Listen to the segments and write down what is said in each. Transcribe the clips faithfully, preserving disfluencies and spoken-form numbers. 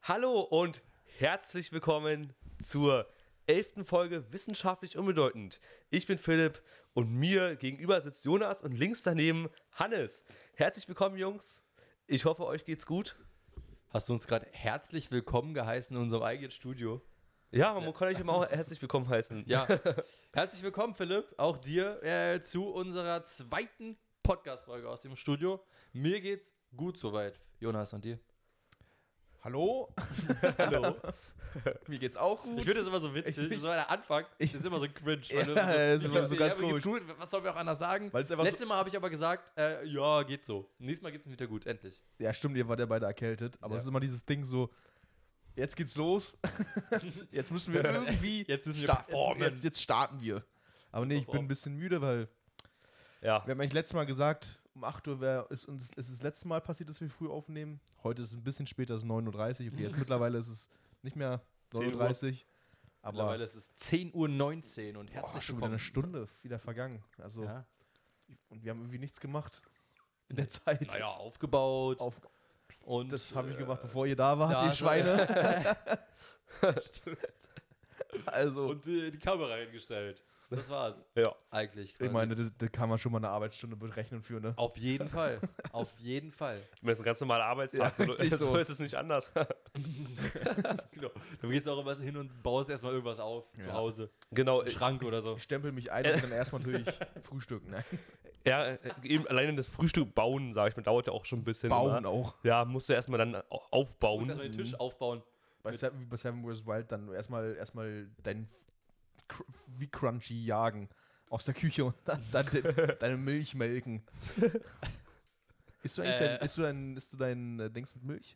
Hallo und herzlich willkommen zur elften Folge Wissenschaftlich Unbedeutend. Ich bin Philipp und mir gegenüber sitzt Jonas und links daneben Hannes. Herzlich willkommen, Jungs. Ich hoffe, euch geht's gut. Hast du uns gerade herzlich willkommen geheißen in unserem eigenen Studio? Ja, man kann euch immer auch herzlich willkommen heißen. Ja, herzlich willkommen, Philipp, auch dir äh, zu unserer zweiten Podcast-Folge aus dem Studio. Mir geht's gut soweit, Jonas, und dir? Hallo? Hallo. Mir geht's auch gut. Ich finde das immer so witzig, Ich- so der Anfang, das ist immer so cringe. Ja, du, das ist immer so ganz mir geht's gut. gut. Was sollen wir auch anders sagen? Weil's einfach Letztes Mal habe ich aber gesagt, äh, ja, geht so. Nächstes Mal geht's mir wieder gut, endlich. Ja, stimmt, ihr wart ja beide erkältet. Aber Ja. es ist immer dieses Ding so, jetzt geht's los. Jetzt müssen wir irgendwie Jetzt müssen wir sta- performen. Jetzt, jetzt, jetzt starten wir. Aber nee, ich bin Performen. ein bisschen müde, weil Ja, wir haben eigentlich letztes Mal gesagt, um acht Uhr wär, ist uns ist das letzte Mal passiert, dass wir früh aufnehmen. Heute ist es ein bisschen später, es ist neun Uhr dreißig. Okay, jetzt mittlerweile ist es nicht mehr neun Uhr dreißig. Aber Mittlerweile ist es zehn Uhr neunzehn und boah, herzlich schon wieder willkommen. eine Stunde wieder vergangen. Also, Ja. und wir haben irgendwie nichts gemacht in der Zeit. Naja, aufgebaut. Auf, und Das habe ich gemacht, bevor ihr da wart, ja, die so- Schweine. Also, und äh, die Kamera hingestellt. Das war's. ja. Eigentlich quasi. ich meine, da da kann man schon mal eine Arbeitsstunde berechnen für, ne? Auf jeden Fall. Auf jeden Fall. Ich meine, das ist ein ganz normaler Arbeitstag. Ja, so, richtig so so. ist es nicht anders. Genau. Du gehst auch immer hin und baust erstmal irgendwas auf zu Ja. Hause. Genau. Einen Schrank oder so. Ich stempel mich ein und dann erstmal natürlich frühstücken. Ne? Ja, äh, eben alleine das Frühstück bauen, sage ich mal, dauert ja auch schon ein bisschen. Bauen oder? auch. Ja, musst du erstmal dann au- Du aufbauen. musst erstmal den Tisch aufbauen. Bei Seven, wie bei Seven vs. Wild dann erstmal erstmal dein Cr- wie Crunchy jagen aus der Küche und dann, dann de, deine Milch melken. Isst du eigentlich Äh. dein, isst du dein, isst du dein äh, Dings mit Milch?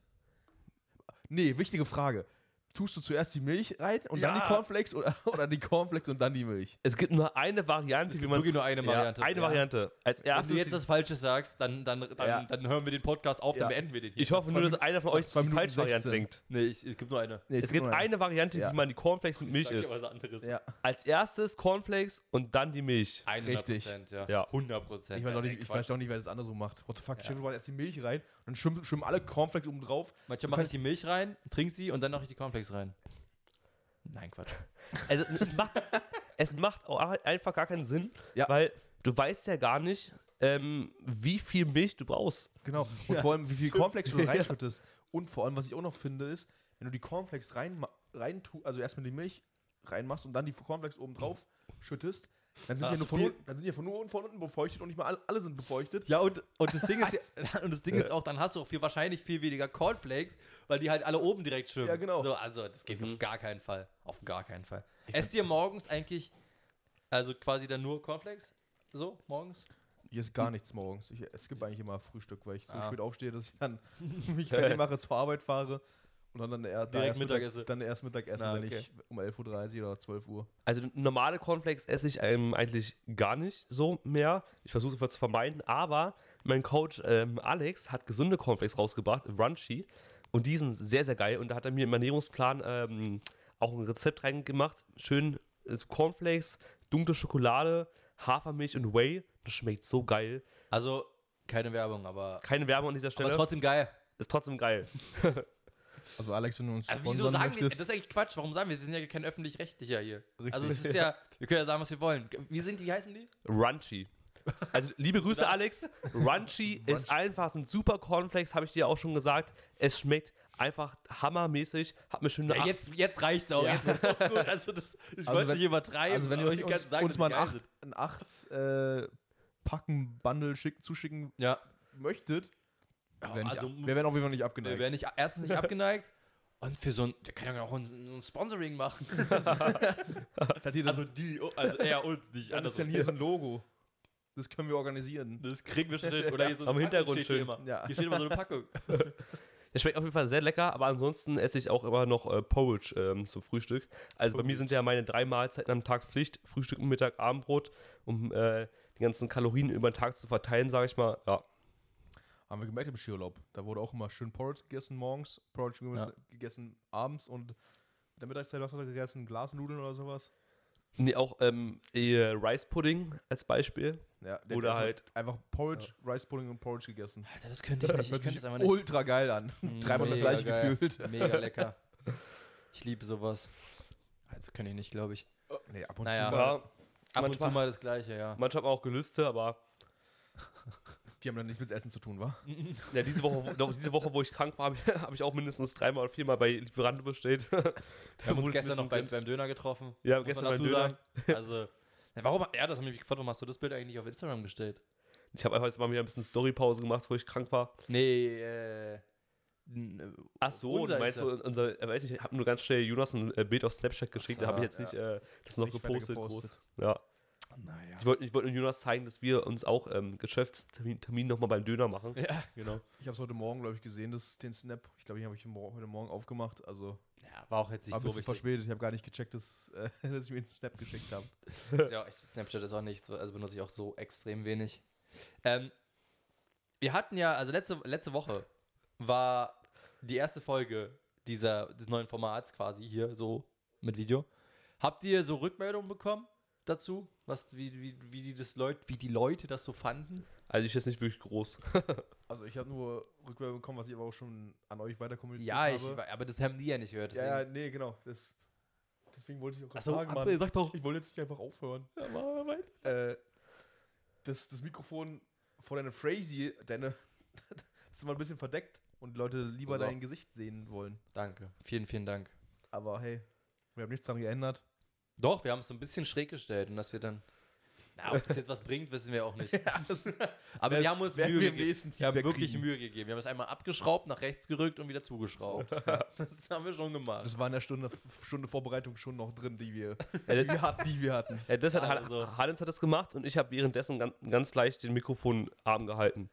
Nee, wichtige Frage. Tust du zuerst die Milch rein und dann Ja. die Cornflakes oder, oder die Cornflakes und dann die Milch? Es gibt nur eine Variante, Es wie gibt man wirklich nur eine Variante. Eine Ja. Variante. Als Wenn erstes. du jetzt was Falsches sagst, dann, dann, dann, Ja. dann hören wir den Podcast auf, dann Ja. beenden wir den hier. ich hoffe nur, dass Minuten- einer von euch zwei die Minuten falsche Variante sechzehn. denkt. Nee, ich, es gibt nur eine. Nee, Es gibt nur eine Variante, Ja. wie man die Cornflakes mit Milch Sag dir isst. was anderes. Ja. Als erstes Cornflakes und dann die Milch. hundert Richtig. Prozent, ja. Ja. hundert Prozent. Ich weiß, auch nicht, ich weiß auch nicht, wer das andersrum macht. What the fuck? Ich stelle erst die Milch rein und dann schwimmen, schwimmen alle Cornflakes oben drauf. Manchmal mache ich die Milch rein, trink sie und dann mache ich die Cornflakes rein. Nein, Quatsch. Also es macht, es macht auch einfach gar keinen Sinn, Ja. weil du weißt ja gar nicht, ähm, wie viel Milch du brauchst. Genau. Und vor allem, wie viel Cornflakes du da reinschüttest. Und vor allem, was ich auch noch finde, ist, wenn du die Cornflakes rein, rein tu, also erstmal die Milch reinmachst und dann die Cornflakes oben drauf schüttest, dann sind, Hast die nur du von viel- unten, dann sind die von nur unten von unten befeuchtet und nicht mal alle, alle sind befeuchtet. Ja, und, und das Ding ist ja, und das Ding ist auch, dann hast du auch viel, wahrscheinlich viel weniger Cornflakes, weil die halt alle oben direkt schwimmen. Ja, genau. So, also das geht auf gar keinen Fall. Auf gar keinen Fall. Esst ihr morgens eigentlich, also quasi dann nur Cornflakes? So, morgens? Hier ist gar nichts morgens. Ich, es gibt eigentlich immer Frühstück, weil ich so Ah. spät aufstehe, dass ich dann mich fertig mache, zur Arbeit fahre und dann, dann, eher, da Direkt erst Mittag Mittag, esse. dann erst Mittag esse, Na, wenn okay. ich um elf Uhr dreißig oder zwölf Uhr. Also normale Cornflakes esse ich ähm, eigentlich gar nicht so mehr. Ich versuche es zu vermeiden, aber mein Coach ähm, Alex hat gesunde Cornflakes rausgebracht, Runchy, und die sind sehr, sehr geil. Und da hat er mir im Ernährungsplan ähm, auch ein Rezept reingemacht. Schön äh, Cornflakes, dunkle Schokolade, Hafermilch und Whey. Das schmeckt so geil. Also, keine Werbung, aber, Keine Werbung an dieser aber Stelle. ist trotzdem geil. ist trotzdem geil. Also Alex, wenn du uns Also wieso sponsern sagen wir, das möchtest, ist eigentlich Quatsch, warum sagen wir, wir sind ja kein öffentlich-rechtlicher hier. Richtig. Also es ist ja, wir können ja sagen, was wir wollen. Wie sind die, wie heißen die? Runchy. Also, liebe Grüße, Alex. Runchy ist einfach, sind super Cornflakes, habe ich dir auch schon gesagt. Es schmeckt einfach hammermäßig. Hat mir schon eine Ja, acht- jetzt, jetzt reicht's auch. Ja. Jetzt ist auch gut. Also das, ich Also wollte wenn- nicht übertreiben. also wenn ihr aber euch ich uns, kann sagen, uns dass mal die ein geil acht, ein acht äh, Packen Bundle schick, zuschicken sind. Ja. möchtet, wir werden, also- nicht, wir werden auf jeden Fall nicht Wir abgeneigt. wären nicht, erstens nicht abgeneigt und für so ein, der kann ja auch ein, ein Sponsoring machen. Das hat hier das, Also die, also er uns, nicht das ist andersrum. ja hier so ein Logo. Das können wir organisieren. Das kriegen wir schon hin. Oder hier so eine Am Packung Hintergrund steht hier schön. immer. Ja. Hier steht immer so eine Packung. Der schmeckt auf jeden Fall sehr lecker, aber ansonsten esse ich auch immer noch äh, Porridge ähm, zum Frühstück. Also bei mir sind ja meine drei Mahlzeiten am Tag Pflicht. Frühstück, Mittag, Abendbrot, um äh, die ganzen Kalorien über den Tag zu verteilen, sage ich mal. Ja. Haben wir gemerkt im Skiurlaub. Da wurde auch immer schön Porridge gegessen morgens, Porridge Ja. gegessen abends und in der Mittagszeit was hat er gegessen? Glasnudeln oder sowas? Nee, auch ähm, eh, Rice Pudding als Beispiel. Ja, der Oder hat halt- Einfach Porridge, Rice Pudding und Porridge gegessen. Alter, das könnte ich nicht. Ich Hört könnte sich das einfach nicht. ultra geil an. Dreimal das Mega gleiche geil. gefühlt. Mega lecker. Ich liebe sowas. Also kann ich nicht, glaube ich. Nee, ab und Naja. zu mal. Ja, Ab und manchmal, zu mal das Gleiche, ja. manchmal auch Gelüste, aber Die haben dann nichts mit Essen zu tun, wa? ja, diese Woche, doch, diese Woche, wo ich krank war, habe ich, hab ich auch mindestens dreimal oder viermal bei Lieferando bestellt. Wir haben uns gestern noch beim, beim Döner getroffen. Ja, muss gestern man beim dazu Döner. sagen. Also, ja, warum, ja, das haben wir mich gefragt, warum hast du das Bild eigentlich nicht auf Instagram gestellt? Ich habe einfach jetzt mal wieder ein bisschen Storypause gemacht, wo ich krank war. Nee, äh. n- Ach so, unser du meinst Insta- du, unser, äh, weiß nicht, ich habe nur ganz schnell Jonas ein äh, Bild auf Snapchat geschickt, Ach da habe ich so, jetzt ja. nicht äh, das noch Nicht weiter gepostet, gepostet. groß. Ja. Naja. Ich wollte ich wollt nur Jonas zeigen, dass wir uns auch ähm, Geschäftstermin Termin nochmal beim Döner machen. Ja, genau. Ich habe es heute Morgen, glaube ich, gesehen, das, den Snap. Ich glaube, ich habe ich mor- heute Morgen aufgemacht. Also, Ja, war auch jetzt nicht war ein so bisschen wichtig. verspätet. Ich habe gar nicht gecheckt, dass, äh, dass ich mir den Snap geschickt habe. Ist ja auch, echt- Snapchat ist auch nichts, also benutze ich auch so extrem wenig. Ähm, wir hatten ja, also letzte, letzte Woche war die erste Folge dieser, des neuen Formats quasi hier, so mit Video. Habt ihr so Rückmeldungen bekommen dazu? Was, wie, wie, wie, die das Leut, wie die Leute das so fanden? Also ich jetzt nicht wirklich groß. Also, ich habe nur Rückmeldung bekommen, was ich aber auch schon an euch weiter kommuniziert Ja, ich, habe. aber das haben die ja nicht gehört. Ja, ja, deswegen- nee, genau. Das, deswegen wollte ich auch gerade Achso, sagen, André, Mann. sag doch. Ich wollte jetzt nicht einfach aufhören. Ja, mach mal weiter. Äh, das, das Mikrofon vor deiner Phrase, deine, das ist mal ein bisschen verdeckt und die Leute lieber So. dein Gesicht sehen wollen. Danke, vielen, vielen Dank. Aber hey, wir haben nichts daran geändert. Doch, wir haben es so ein bisschen schräg gestellt und dass wir dann. Na, ob das jetzt was bringt, wissen wir auch nicht. Aber Wer- wir haben uns werden Mühe wir im gegeben. nächsten Wir haben Feedback wirklich kriegen. Mühe gegeben. Wir haben es einmal abgeschraubt, nach rechts gerückt und wieder zugeschraubt. Das haben wir schon gemacht. Das war in der Stunde, Stunde Vorbereitung schon noch drin, die wir, Ja, die wir hatten. Die wir hatten. Ja, das hat Also. Han- Hannes hat das gemacht und ich habe währenddessen ganz, ganz leicht den Mikrofonarm gehalten.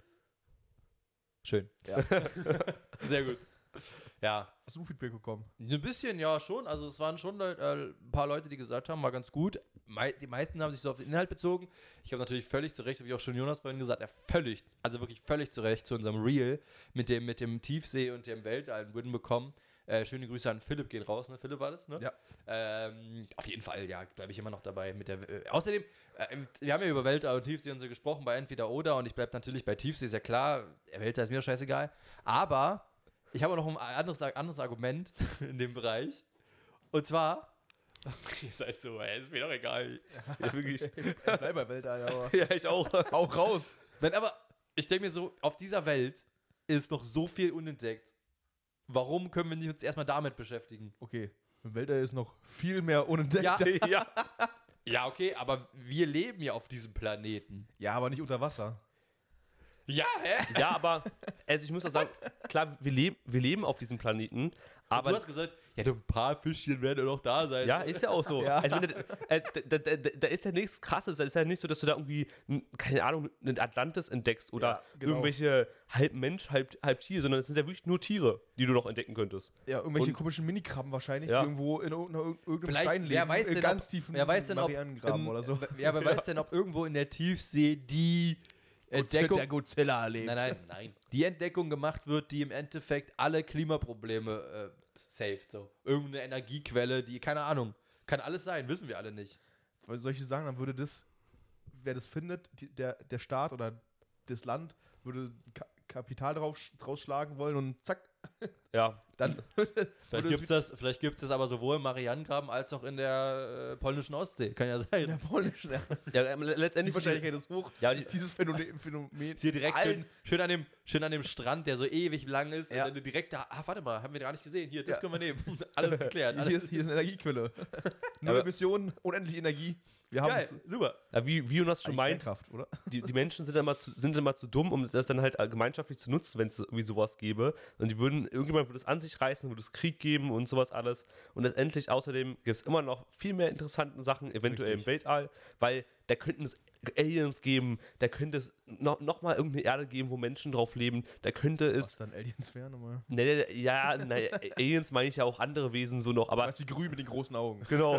Schön. Ja. Sehr gut. Ja, Hast du Feedback bekommen? ein bisschen ja schon. Also es waren schon Leut, äh, ein paar Leute, die gesagt haben, war ganz gut. Mei die meisten haben sich so auf den Inhalt bezogen. Ich habe natürlich völlig zu Recht, habe ich auch schon Jonas vorhin gesagt, er völlig, also wirklich völlig zu Recht zu unserem Reel mit dem, mit dem Tiefsee und dem Weltall würden bekommen. Äh, schöne Grüße an Philipp gehen raus, ne? Philipp war das, ne? Ja. Ähm, auf jeden Fall, ja, bleibe ich immer noch dabei. Mit der, äh, außerdem, äh, wir haben ja über Weltall und Tiefsee und so gesprochen bei Entweder Oder und ich bleibe natürlich bei Tiefsee, ist ja klar. Der Weltall ist mir scheißegal. Aber ich habe noch ein anderes, anderes Argument in dem Bereich. Und zwar. Ihr seid so, ey, ist mir doch egal. Ja, wirklich. Ich bleib bei Weltall, aber Ja, ich auch. auch raus. Wenn aber, ich denke mir so, auf dieser Welt ist noch so viel unentdeckt. Warum können wir nicht uns erstmal damit beschäftigen? Okay, im Weltall ist noch viel mehr unentdeckt. Ja. Ja, Ja. Ja, okay, aber wir leben ja auf diesem Planeten. ja, aber nicht unter Wasser. Ja, hä? Ja, aber also ich muss auch sagen, klar, wir, leb, wir leben auf diesem Planeten, Aber aber du hast gesagt, ja, ein paar Fischchen werden ja noch da sein. ja, ist ja auch so. Ja. Also, wenn da, äh, da, da, da, da ist ja nichts Krasses. Da ist ja nicht so, dass du da irgendwie, n- keine Ahnung, einen Atlantis entdeckst oder Ja, genau. irgendwelche halb Mensch, halb, halb Tier, sondern es sind ja wirklich nur Tiere, die du noch entdecken könntest. Ja, irgendwelche Und- komischen Minikrabben wahrscheinlich, Ja. die irgendwo in irgendeiner- irgendeinem Vielleicht, Stein leben. wer weiß in denn, ganz ob, tiefen wer weiß denn, ob, Marianengraben ähm, oder so. Ja, wer weiß denn, ob irgendwo in der Tiefsee die Entdeckung, Der Godzilla lebt. nein, nein, nein, die Entdeckung gemacht wird, die im Endeffekt alle Klimaprobleme äh, saved. So. Irgendeine Energiequelle, die, keine Ahnung, kann alles sein, wissen wir alle nicht. Weil solche sagen, dann würde das, wer das findet, die, der, der Staat oder das Land würde Ka Kapital drauf, draus schlagen wollen und zack, Ja. dann Vielleicht Würde gibt es das, vielleicht gibt's das aber sowohl im Marianengraben als auch in der äh, polnischen Ostsee. Kann ja in sein. der polnischen, ja, ja ähm, die letztendlich. Wahrscheinlichkeit ist hoch, Ja, dass dieses Phänomen, Phänomen Ist hier direkt allen- schön, schön, an dem, schön an dem Strand, der so ewig lang ist. Ja. Und wenn du direkt da, ah, warte mal, haben wir gar nicht gesehen. Hier, das Ja. können wir nehmen. Alles geklärt. hier, Alles ist, hier ist eine Energiequelle. Null Aber- Emissionen, unendlich Energie. Wir haben geil, es. super. Ja, wie, wie Jonas schon meint, Kraft, oder? die, die Menschen sind immer zu, sind immer zu dumm, um das dann halt äh, gemeinschaftlich zu nutzen, wenn es irgendwie sowas gäbe. Und die würden, irgendjemand würde es an sich reißen, würde es Krieg geben und sowas alles. Und letztendlich außerdem gibt es immer noch viel mehr interessante Sachen, eventuell Richtig. im Weltall, weil da könnten es Aliens geben, da könnte es noch, noch mal irgendeine Erde geben, wo Menschen drauf leben, da könnte Was es, dann Aliens wären, nochmal. ne, ne, ja, ne, Aliens meine ich ja auch andere Wesen so noch, aber Weißt du, die grün mit den großen Augen. genau,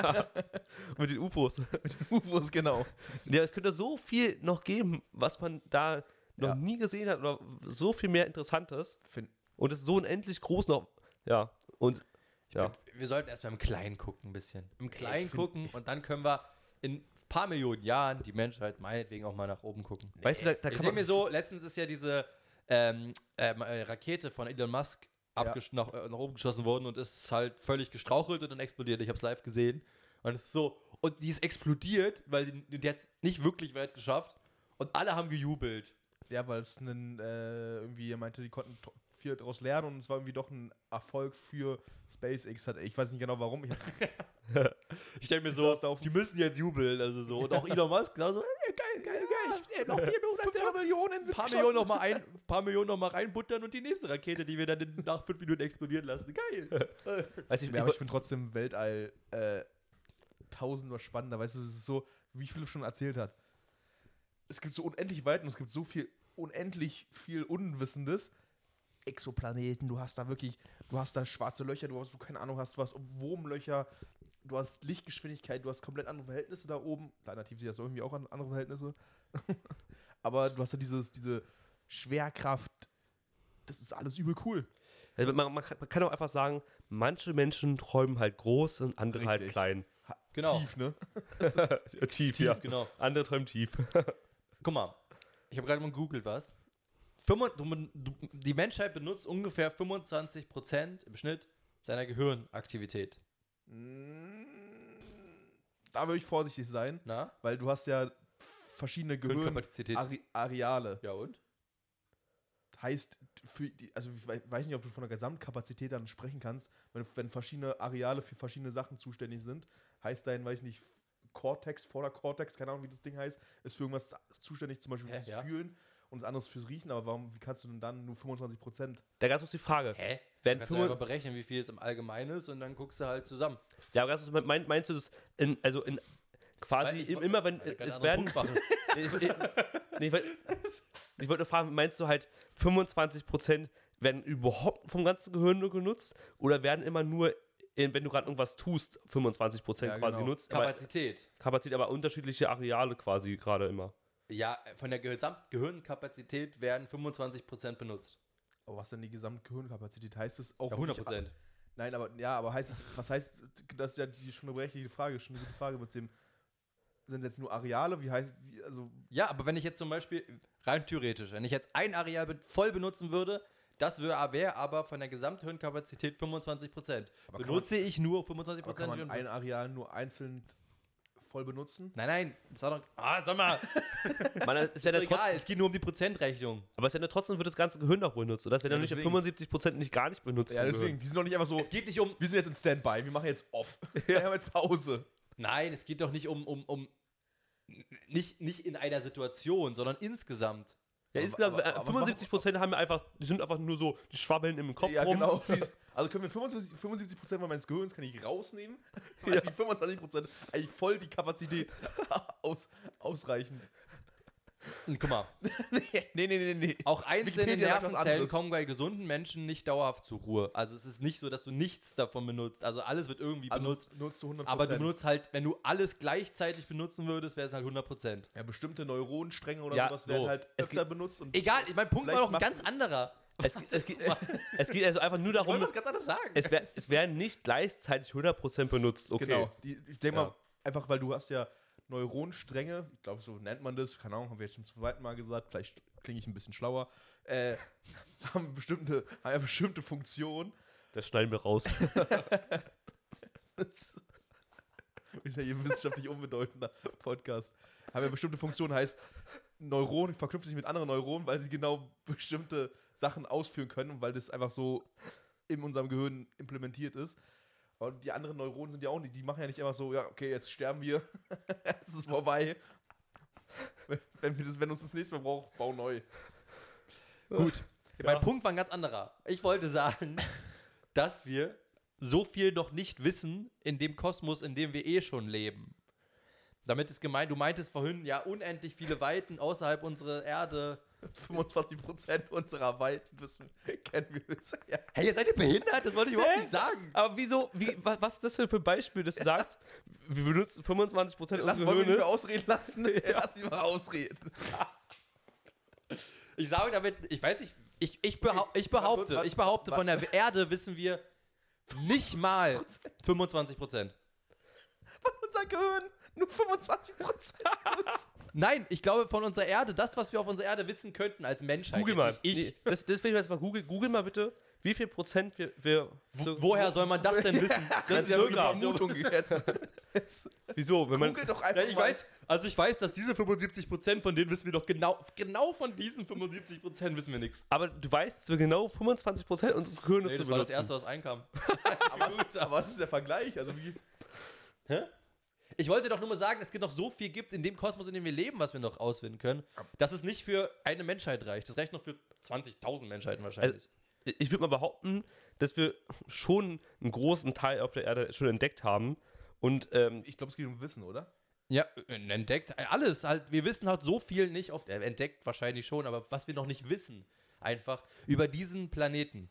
mit den U F Os. U F Os, genau. Ja, es könnte so viel noch geben, was man da noch Ja. nie gesehen hat oder so viel mehr Interessantes. Fin Und es ist so unendlich groß noch. Ja, und Ja. Wir sollten erstmal im Kleinen gucken, ein bisschen. Im Kleinen find- gucken und dann können wir in ein paar Millionen Jahren die Menschheit meinetwegen auch mal nach oben gucken. Weißt du, da, da Ich kann sehe man. mir so, letztens ist ja diese ähm, ähm, äh, Rakete von Elon Musk abgesch- nach, äh, nach oben geschossen worden und ist halt völlig gestrauchelt und dann explodiert. Ich habe es live gesehen. Und es ist so, und die ist explodiert, weil die, die hat es nicht wirklich weit geschafft und alle haben gejubelt. Ja, weil es einen, äh, irgendwie, er meinte, die konnten to- viel daraus lernen und es war irgendwie doch ein Erfolg für SpaceX. Hat, ich weiß nicht genau warum. Ich hab, Ich stelle mir Ich so, saß da auf dem- die müssen jetzt jubeln, also so. Und auch Elon Musk, genau so, ey, geil, geil, geil, ich, ey, noch vier fünfhundert Millionen ein paar Millionen noch mal ein, paar Millionen noch mal reinbuttern und die nächste Rakete, die wir dann in, nach fünf Minuten explodieren lassen. Geil. Weißt du, ich, Ja, aber ich ich, finde trotzdem Weltall äh, tausendmal spannender. Weißt du, es ist so, wie Philipp schon erzählt hat. Es gibt so unendlich weit und es gibt so viel, unendlich viel Unwissendes. Exoplaneten, du hast da wirklich, du hast da schwarze Löcher, du hast, du keine Ahnung hast, was, Wurmlöcher, du hast Lichtgeschwindigkeit, du hast komplett andere Verhältnisse da oben. Klar, nativ sieht das irgendwie auch an andere Verhältnisse. Aber du hast da dieses, diese Schwerkraft, das ist alles übel cool. also man, man, kann, man kann auch einfach sagen, manche Menschen träumen halt groß und andere halt Richtig. klein. Genau. Tief, ne? tief, Tief, ja. genau. Andere träumen tief. Guck mal, ich habe gerade mal gegoogelt was. Fünfund- du- du- Die Menschheit benutzt ungefähr fünfundzwanzig Prozent im Schnitt seiner Gehirnaktivität. Mm, Da würde ich vorsichtig sein, Na? weil du hast ja verschiedene Gehirnkapazität. Gehirnareale. Ja und? Heißt, für die, also ich wei- weiß nicht, ob du von der Gesamtkapazität dann sprechen kannst, wenn, wenn verschiedene Areale für verschiedene Sachen zuständig sind, heißt dein, weiß ich nicht, Cortex, Vorderkortex, keine Ahnung, wie das Ding heißt, ist für irgendwas zuständig, zum Beispiel Hä, fürs ja. Fühlen und das andere fürs Riechen, aber warum, wie kannst du denn dann nur fünfundzwanzig Prozent? Da ganz kurz die Frage. Hä? Wenn Kannst du fünfund- einfach berechnen, wie viel es im Allgemeinen ist und dann guckst du halt zusammen. Ja, aber ganz kurz, mein, meinst du das in, also in quasi Weil ich im- woll- immer wenn Weil wir keinen es anderen werden Punkt machen. ich, ich, nee, ich, wollt- ich wollte nur fragen, meinst du halt fünfundzwanzig Prozent werden überhaupt vom ganzen Gehirn nur genutzt oder werden immer nur, in, wenn du gerade irgendwas tust, fünfundzwanzig Prozent Ja, quasi genau. genutzt? Aber, Kapazität. Kapazität, aber unterschiedliche Areale quasi gerade immer. Ja, von der Gesamtgehirnkapazität werden fünfundzwanzig Prozent benutzt. Aber was denn die Gesamtgehirnkapazität? Heißt es auch Ja, hundert wirklich- Prozent. Nein, aber ja, aber heißt es, was heißt, das ist ja die, schon eine berechtigte Frage, schon eine gute Frage mit dem, sind jetzt nur Areale, wie heißt, wie, also, Ja, aber wenn ich jetzt zum Beispiel, rein theoretisch, wenn ich jetzt ein Areal be- voll benutzen würde, das wäre wär aber von der Gesamthirnkapazität fünfundzwanzig Prozent. Aber kann Benutze ich nur fünfundzwanzig aber kann Prozent? man ein Areal nur einzeln voll benutzen? Nein, nein, das war doch. Ah, sag mal, Man, es ist werden doch ja egal, trotzdem, es geht nur um die Prozentrechnung. aber es werden ja trotzdem wird das ganze Gehirn auch benutzt. Oder es werden Ja, ja nicht deswegen. fünfundsiebzig Prozent nicht gar nicht benutzt. Ja, vom deswegen, Gehirn. die sind doch nicht einfach so, Es geht nicht um. wir sind jetzt in Standby, wir machen jetzt off. Wir haben jetzt Pause. Nein, es geht doch nicht um. um, um nicht, nicht in einer Situation, sondern insgesamt. Ja, Aber- insgesamt, aber- äh, aber fünfundsiebzig Prozent haben wir einfach, die sind einfach nur so, die schwabbeln im Kopf Ja, rum. genau. Also können wir fünfundsiebzig, fünfundsiebzig Prozent meines Gehirns kann ich rausnehmen, weil Ja. die fünfundzwanzig Prozent eigentlich voll die Kapazität aus, ausreichen. Und guck mal, nee, nee, nee, nee. auch einzelne Wikipedia sagt was Nervenzellen anderes. kommen bei gesunden Menschen nicht dauerhaft zur Ruhe. Also es ist nicht so, dass du nichts davon benutzt. Also alles wird irgendwie Also benutzt. nutzt du hundert Aber du benutzt halt, wenn du alles gleichzeitig benutzen würdest, wäre es halt hundert Prozent. Ja, bestimmte Neuronenstränge oder Ja, sowas werden so. halt Es öfter geht- benutzt. Und Egal, mein Punkt war Vielleicht doch ein macht- ganz anderer. Es, geht- es, geht, es geht also einfach nur Ich wollte darum, was ganz anderes sagen. es, wär, es werden nicht gleichzeitig hundert Prozent benutzt. Okay. Genau. Die, ich denke Ja. mal, einfach weil du hast ja Neuronenstränge, ich glaube, so nennt man das, keine Ahnung, haben wir jetzt zum zweiten Mal gesagt, vielleicht klinge ich ein bisschen schlauer, äh, haben bestimmte, haben ja bestimmte Funktionen. Das schneiden wir raus. Das ist ja hier ein wissenschaftlich unbedeutender Podcast. Haben ja bestimmte Funktionen, heißt, Neuronen verknüpfen sich mit anderen Neuronen, weil sie genau bestimmte Sachen ausführen können und weil das einfach so in unserem Gehirn implementiert ist. Und die anderen Neuronen sind ja auch nicht, die machen ja nicht immer so, ja, okay, jetzt sterben wir, es ist vorbei. Wenn, wenn, wir das, wenn uns das nächste Mal braucht, bau neu. Gut. Ja. Mein Punkt war ein ganz anderer. Ich wollte sagen, dass wir so viel noch nicht wissen in dem Kosmos, in dem wir eh schon leben. Damit ist gemeint, du meintest vorhin, ja, unendlich viele Weiten außerhalb unserer Erde. fünfundzwanzig Prozent unserer Weiten wissen, kennen wir bisher. Ja. Hey, ihr seid ihr behindert? Das wollte ich überhaupt Hä? nicht sagen. Aber wieso, wie, was, was ist das denn für ein Beispiel, dass du sagst, wir benutzen fünfundzwanzig Prozent Lass unseres wollen wir nicht mehr Gehirnes? ausreden lassen? Ja. Lass ihn mal ausreden. Ich sage damit, ich weiß nicht, ich, ich, behau ich behaupte, ich behaupte, von der Erde wissen wir Nicht mal fünfundzwanzig Prozent. Von unser Gehirn nur fünfundzwanzig Prozent. Nein, ich glaube von unserer Erde, das, was wir auf unserer Erde wissen könnten als Menschheit. Google jetzt mal. nicht Ich. Nee, das, das will ich jetzt mal googeln. Google mal bitte, wie viel Prozent wir. wir so, Woher soll man das denn wissen? Das ist ja so eine wirklich dumm. Vermutung jetzt. Wieso? Wenn man, Google doch einfach Ja, ich mal. weiß, also ich weiß, dass diese fünfundsiebzig Prozent von denen wissen wir doch genau, genau von diesen fünfundsiebzig Prozent wissen wir nichts. aber du weißt, dass wir genau fünfundzwanzig Prozent unseres Gehirns Nee, das zu war das benutzen. Erste, was einkam. aber, aber was ist der Vergleich? Also wie. Hä? Ich wollte doch nur mal sagen, es gibt noch so viel gibt in dem Kosmos, in dem wir leben, was wir noch ausfinden können, dass es nicht für eine Menschheit reicht. Das reicht noch für zwanzigtausend Menschheiten wahrscheinlich. Ich würde mal behaupten, dass wir schon einen großen Teil auf der Erde schon entdeckt haben. Und ähm, Ich glaube, es geht um Wissen, oder? Ja, entdeckt alles halt. Wir wissen halt so viel nicht, auf, äh, entdeckt wahrscheinlich schon, aber was wir noch nicht wissen, einfach über diesen Planeten.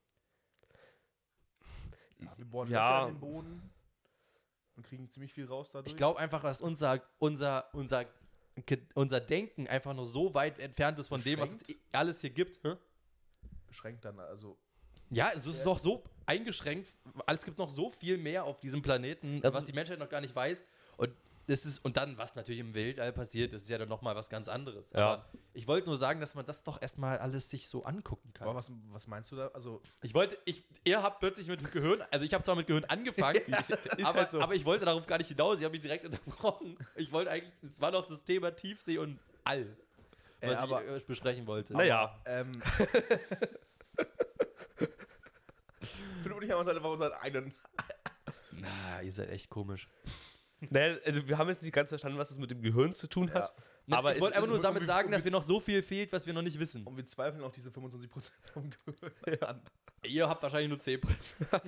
Ja, wir bohren Ja. Löcher in den Boden und kriegen ziemlich viel raus dadurch. Ich glaube einfach, dass unser, unser, unser, Ge- unser Denken einfach nur so weit entfernt ist von dem, was es Beschränkt? alles hier gibt. Hä? beschränkt dann, also. Ja, es ist doch so eingeschränkt. Es gibt noch so viel mehr auf diesem Planeten, Das was ist- die Menschheit noch gar nicht weiß. Und das ist, und dann, was natürlich im Weltall passiert, das ist ja dann nochmal was ganz anderes. Ja. Aber ich wollte nur sagen, dass man das doch erstmal alles sich so angucken kann. Aber was, was meinst du da? Also, Ich wollte, ich, ihr habt plötzlich mit dem Gehirn, also ich habe zwar mit Gehirn angefangen, aber, halt so. aber ich wollte darauf gar nicht hinaus, ich habe mich direkt unterbrochen. Ich wollte eigentlich, es war doch das Thema Tiefsee und All, was Äh, aber- ich äh, besprechen wollte. naja, ähm. Philipp und ich haben uns halt einfach unseren eigenen. Na, ihr seid echt komisch. naja, also wir haben jetzt nicht ganz verstanden, was es mit dem Gehirn zu tun hat. Ja. Aber ich es wollte einfach ist- nur um- damit um- sagen, um- dass mir noch so viel fehlt, was wir noch nicht wissen. Und wir zweifeln auch diese fünfundzwanzig Prozent vom Gehirn an. Ihr habt wahrscheinlich nur zehn Prozent.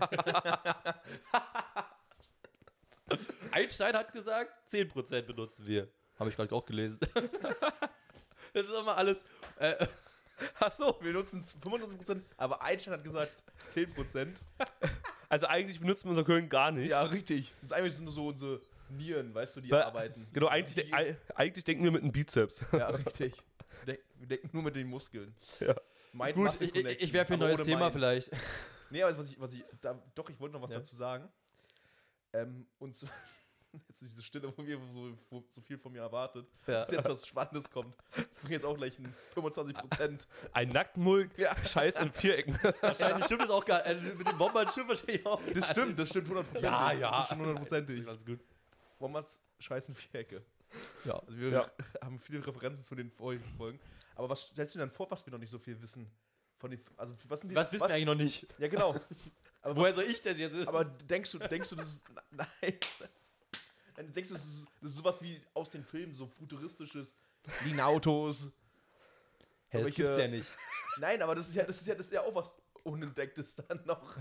Einstein hat gesagt, zehn Prozent benutzen wir. Habe ich gerade auch gelesen. Das ist immer alles. Äh, Achso, wir nutzen fünfundzwanzig Prozent, aber Einstein hat gesagt zehn Prozent. Also eigentlich benutzen wir unser Gehirn gar nicht. Ja, richtig. Das ist eigentlich nur so unsere Nieren, weißt du, die Weil- arbeiten. Genau, eigentlich, Die- de eigentlich denken wir mit einem Bizeps. Ja, richtig. Wir denk- wir denken nur mit den Muskeln. Ja. Mind gut, Muscle ich, ich, Connection, ich wäre für ein aber neues ohne Thema Mind. vielleicht. Nee, aber was ich, was ich, da, doch, ich wollte noch was Ja. dazu sagen. Ähm, und zwar, jetzt ist diese Stille, wo, wir, wo, wo so viel von mir erwartet, Ja. dass jetzt was Spannendes kommt. Ich bringe jetzt auch gleich ein fünfundzwanzig Prozent. Ein Nacktmull, Ja. Scheiß in Vierecken. Wahrscheinlich stimmt es auch gar äh, mit dem Bombern stimmt wahrscheinlich auch. Das stimmt, das stimmt hundertprozentig. Ja, ja. Das stimmt hundertprozentig. Ganz gut. Wombats scheißen Vierecke. Ja. Also wir Ja. haben viele Referenzen zu den vorigen Folgen. Aber was stellst du dir dann vor, was wir noch nicht so viel wissen? Von den, also was sind die, Was wissen wir eigentlich noch nicht? Ja, genau. Aber, Woher soll ich das jetzt wissen? aber denkst du, denkst du, das ist. Nein. Dann denkst du, das ist, das ist sowas wie aus den Filmen, so futuristisches, fliegen Autos. Hä, das welche- gibt's ja nicht. Nein, aber das ist ja, das ist ja, das ist ja auch was Unentdecktes dann noch.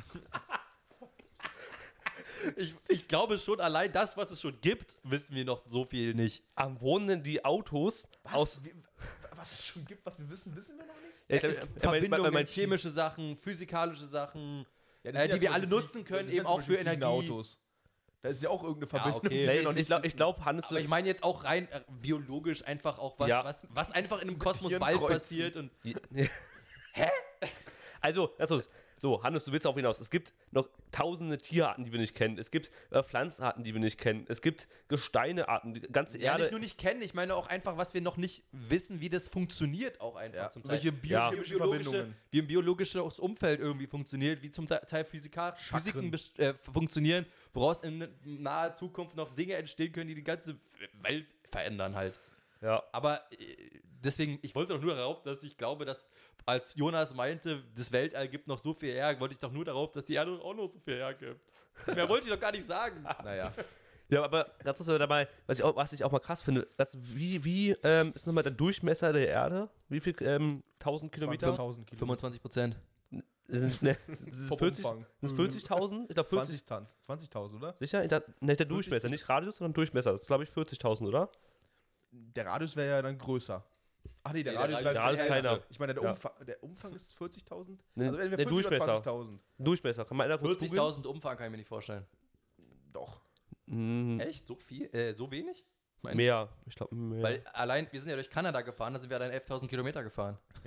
Ich, ich glaube schon, allein das, was es schon gibt, wissen wir noch so viel nicht. Am wohnen denn die Autos aus. Wie, was es schon gibt, was wir wissen, wissen wir noch nicht? Ja, ich glaub, Äh, es- mein- Verbindungen, mein- mein- chemische Sachen, physikalische Sachen. Ja, Äh, die sind wir zum alle Beispiel nutzen Flie- können, das sind eben zum auch Beispiel für fliegende Energie. Autos. Da ist ja auch irgendeine Ja, Verbindung, okay. die Nee, wir noch ich nicht glaube, ich wissen. glaub, Hannes. Aber ich meine jetzt auch rein äh, biologisch einfach auch was, Ja. was, was einfach in einem Kosmos Tieren bald kreuzen. passiert. Und Hä? Also, lass uns. So, Hannes, du willst auch hinaus. Es gibt noch tausende Tierarten, die wir nicht kennen. Es gibt äh, Pflanzenarten, die wir nicht kennen. Es gibt Gesteinearten. Die ganze ja, Erde. nicht nur nicht kennen, ich meine auch einfach, was wir noch nicht wissen, wie das funktioniert auch einfach Ja, zum Teil. welche Ja. biochemischen biologische, Verbindungen. wie ein biologisches Umfeld irgendwie funktioniert, wie zum Te- Teil Physika Physiken best- äh, funktionieren, woraus in naher Zukunft noch Dinge entstehen können, die die ganze Welt verändern halt. Ja. Aber äh, deswegen, ich wollte doch nur darauf, dass ich glaube, dass als Jonas meinte, das Weltall gibt noch so viel her, wollte ich doch nur darauf, dass die Erde auch noch so viel hergibt. Mehr wollte ich doch gar nicht sagen. Naja. Ja, aber ganz kurz dabei, was ich auch, was ich auch mal krass finde, das, wie, wie ähm, ist nochmal der Durchmesser der Erde? Wie viel, ähm, tausend Kilometer? zwanzigtausend Kilometer. fünfundzwanzig Prozent. Sind, ne, sind es Vom vierzig Umfang. sind es vierzigtausend? Ich glaube vierzig. zwanzig zwanzigtausend, oder? Sicher? Ich dachte- Ne, der Durchmesser, nicht Radius, sondern Durchmesser. Das ist, glaube ich, vierzigtausend, oder? Der Radius wäre ja dann größer. Ach nee, der Nee, der Radius Radius- wäre der Radius ja, kleiner. Ich meine, der, Ja. Umfang, der Umfang ist vierzigtausend? Ne, Also entweder der vierzig oder Durchmesser. zwanzigtausend. Durchmesser. Kann man einer kurz googeln? vierzigtausend Umfang kann ich mir nicht vorstellen. Doch. Mm, Echt? So viel? Äh, so wenig? Meine mehr. Ich glaube, mehr. Weil allein, wir sind ja durch Kanada gefahren, da sind wir allein elftausend Kilometer gefahren. Ja.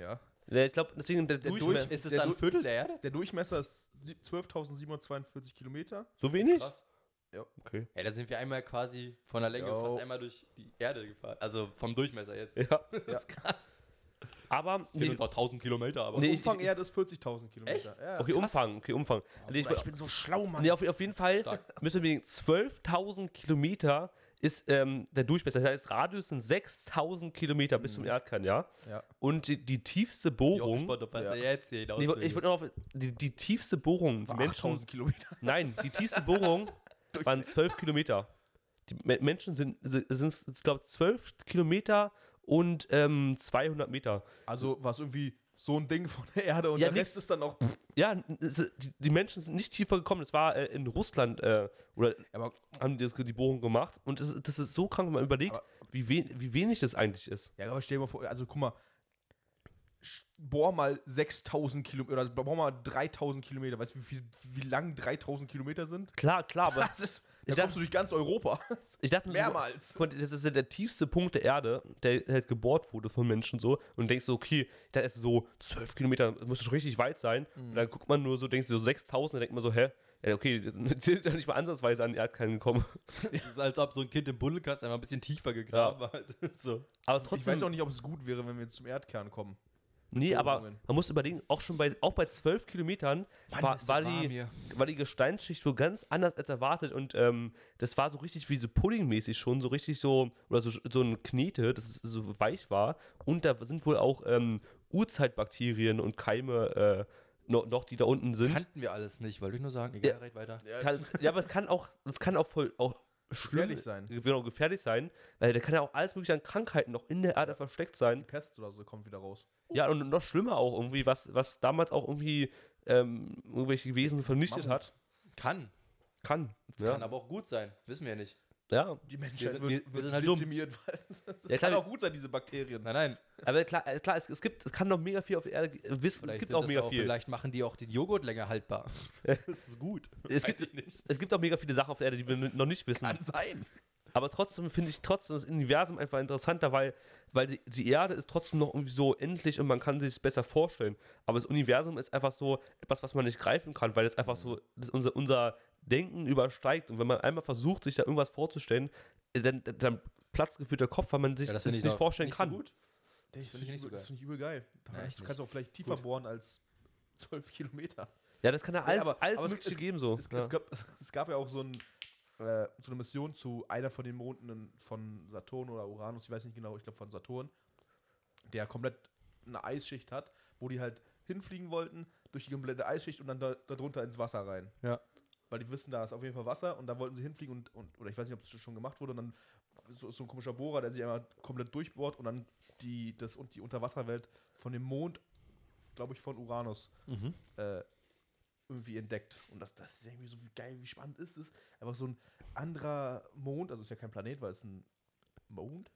Ja, ich glaube, deswegen der, Der Durchme- Durch- Ist es Der dann ein Du- Viertel der Erde? Der Durchmesser ist sie- zwölftausendsiebenhundertzweiundvierzig Kilometer. So wenig? Krass. Okay. Ja, da sind wir einmal quasi von der Länge Jo. fast einmal durch die Erde gefahren. Also vom Durchmesser jetzt. Ja. Das ist krass. Aber, Nee, nee, noch tausend Kilometer, aber. Nee, ich- Umfang Erde ist vierzigtausend Kilometer. Echt? Ja. okay, Umfang, okay, Umfang. Nee, ich, Bruder, ich bin so schlau, Mann. nee, auf, auf jeden Fall Stark. müssen wir wegen zwölftausend Kilometer ist ähm, der Durchmesser. Das heißt, Radius sind sechstausend Kilometer bis zum Erdkern, ja? Ja. Und die, die tiefste Ich bin auch Bohrung. gespannt, auf was Ja. er jetzt hier hinaus Nee, will. ich wollte noch auf die, die tiefste Bohrung, die War Menschen. achttausend Kilometer. Nein, die tiefste Bohrung waren zwölf Kilometer. Die Me- Menschen sind, sind, sind ich glaube, zwölf Kilometer und ähm, zweihundert Meter. Also war es irgendwie so ein Ding von der Erde und Ja, der nix. Rest ist dann auch. Ja, n- es- die, die Menschen sind nicht tiefer gekommen. Das war äh, in Russland, äh, oder Aber haben die das, die Bohrung gemacht. Und das, das ist so krank, wenn man überlegt, Aber- wie, we wie wenig das eigentlich ist. Ja, aber stell dir mal vor, also guck mal, sch- bohr mal sechstausend Kilometer, oder bohr mal dreitausend Kilometer. Weißt du, wie, viel, wie lang dreitausend Kilometer sind? Klar, klar, aber Das ist, da Ich dachte- kommst du durch ganz Europa. ich dachte mir so, Mehrmals. guck mal, das ist ja der tiefste Punkt der Erde, der halt gebohrt wurde von Menschen so. Und denkst so, okay, da ist so zwölf Kilometer, das muss schon richtig weit sein. Mhm. Und dann guckt man nur so, denkst du so sechstausend, dann denkt man so, hä? Ja, okay, die sind doch nicht mal ansatzweise an den Erdkern gekommen. Das ist, als ob so ein Kind im Buddelkasten einmal ein bisschen tiefer gegraben hat. So. Aber Ich trotzdem. weiß auch nicht, ob es gut wäre, wenn wir jetzt zum Erdkern kommen. Nee, aber Bohrungen. man muss überlegen, auch schon bei, auch bei zwölf Kilometern war, ist war, so warm die, hier. war die Gesteinsschicht wohl ganz anders als erwartet und ähm, das war so richtig wie so puddingmäßig schon, so richtig so, oder so, so ein Knete, das ist so weich war und da sind wohl auch ähm, Urzeitbakterien und Keime äh, noch, noch, die da unten sind. Kannten wir alles nicht, wollte ich nur sagen. Egal, Ja. red weiter. Kann, ja, aber es kann auch, es kann auch voll auch schlimm, Gefährlich sein. Genau, gefährlich sein, weil da kann ja auch alles mögliche an Krankheiten noch in der Erde versteckt sein. Die Pest oder so kommt wieder raus. Ja, und noch schlimmer auch irgendwie, was, was damals auch irgendwie ähm, irgendwelche Wesen vernichtet Mammut. hat. Kann. Kann. Das Ja. kann aber auch gut sein. Wissen wir ja nicht. ja. Die Menschheit Wir sind- wird, wir- wir wird sind halt dumm. dezimiert. Weil das Ja, kann klar. auch gut sein, diese Bakterien. Nein, nein. Aber klar, äh, klar es, es, gibt, es kann noch mega viel auf der Erde äh, wissen. Es Vielleicht gibt sind auch das mega auch, viel. Vielleicht machen die auch den Joghurt länger haltbar. Das ist gut. Es Weiß gibt, ich nicht. es gibt auch mega viele Sachen auf der Erde, die wir n- noch nicht wissen. Kann sein. Aber trotzdem finde ich trotzdem das Universum einfach interessanter, weil, weil die, die Erde ist trotzdem noch irgendwie so endlich und man kann sich es besser vorstellen. Aber das Universum ist einfach so etwas, was man nicht greifen kann, weil es einfach so das unser, unser Denken übersteigt. Und wenn man einmal versucht, sich da irgendwas vorzustellen, äh, dann, dann, dann platzt gefühlt der Kopf, weil man sich Ja, das, das finde nicht ich vorstellen nicht kann. So gut. Das Finde finde ich ich, nicht so übel- das geil. find ich übel geil. Ja, echt du kannst nicht. auch vielleicht tiefer bohren als zwölf Kilometer. Ja, das kann ja alles, aber- alles aber es- Mögliche es- geben so. Es, ja. es, gab, es gab ja auch so, ein, äh, so eine Mission zu einer von den Monden von Saturn oder Uranus, ich weiß nicht genau, ich glaube von Saturn, der komplett eine Eisschicht hat, wo die halt hinfliegen wollten, durch die komplette Eisschicht und dann da, darunter ins Wasser rein. Ja. Weil die wissen, da ist auf jeden Fall Wasser und da wollten sie hinfliegen und, und oder ich weiß nicht, ob es schon gemacht wurde, und dann so, so ein komischer Bohrer, der sich einmal komplett durchbohrt und dann die, das, und die Unterwasserwelt von dem Mond, glaube ich, von Uranus Mhm. äh, irgendwie entdeckt. Und das, das ist irgendwie so wie geil, wie spannend ist es? Einfach so ein anderer Mond, also ist ja kein Planet, weil es ein Mond.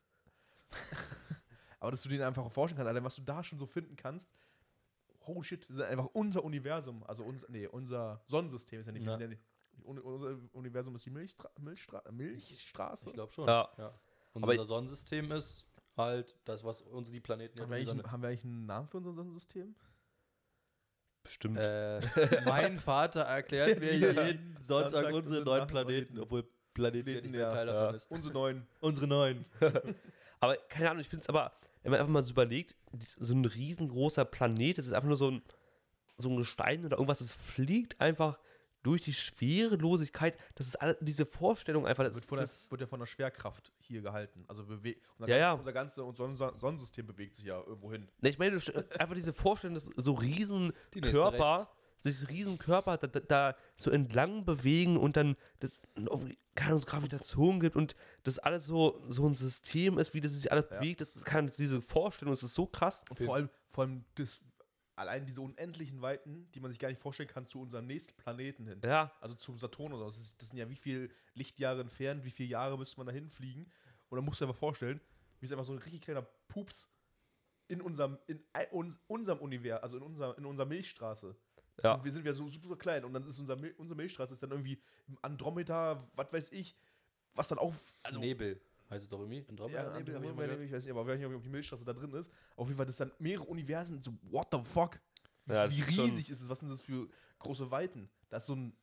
Aber dass du den einfach forschen kannst, Alter, was du da schon so finden kannst. Holy shit, das ist einfach unser Universum, also unser, nee, unser Sonnensystem ist ja nicht, Ja. wir sind ja nicht un, unser Universum ist die Milchstra Milchstra Milchstraße. Ich glaube schon. Ja. Und Aber unser Sonnensystem ist halt das, was uns die Planeten ja Haben wir, um die eigentlich, Sonne. haben wir eigentlich einen Namen für unser Sonnensystem? Bestimmt. Äh, mein Vater erklärt mir Ja. jeden Sonntag Sonntag unsere unsere neuen Nachbarn- Planeten, obwohl Planeten ja nicht mehr Ja. Teil davon Ja. ist. Unsere neuen. Unsere neuen. Aber keine Ahnung, ich finde es aber, wenn man einfach mal so überlegt, so ein riesengroßer Planet, das ist einfach nur so ein, so ein Gestein oder irgendwas, das fliegt einfach durch die Schwerelosigkeit. Das ist alle, diese Vorstellung einfach. Das, Wird, von der, das, wird ja von der Schwerkraft hier gehalten. Also bewe unser, Ja, ganz, ja. unser ganzes Sonnen Sonnensystem bewegt sich ja irgendwo hin. ne, ich meine, du st- einfach diese Vorstellung, dass so riesen Die nächste Körper, sich riesen Körper da, da, da so entlang bewegen und dann das irgendwie, keine Ahnung, so Gravitation gibt und das alles so, so ein System ist, wie das sich alles Ja. bewegt. Das ist keine, diese Vorstellung, das ist so krass. Und vor allem, vor allem das, allein diese unendlichen Weiten, die man sich gar nicht vorstellen kann, zu unserem nächsten Planeten hin. Ja, Also zum Saturn oder so. Das, ist, das sind ja wie viele Lichtjahre entfernt, wie viele Jahre müsste man da hinfliegen. Und dann musst du dir einfach vorstellen, wie es einfach so ein richtig kleiner Pups in unserem, in ei- uns, unserem Universum, also in, unser, in unserer Milchstraße. Ja. Und wir sind ja so super klein und dann ist unser, Mil- unsere Milchstraße ist dann irgendwie im Andromeda, was weiß ich, was dann auf, also Nebel. Heißt es doch irgendwie? Andromeda? Ja, Nebel, hab ich Andromeda mal gehört. Nebel, ich weiß nicht, aber ich weiß nicht, ob die Milchstraße da drin ist. Auf jeden Fall, das dann mehrere Universen, so, what the fuck? Ja, das Wie ist schon- riesig ist es? Was sind das für große Weiten? Das ist so ein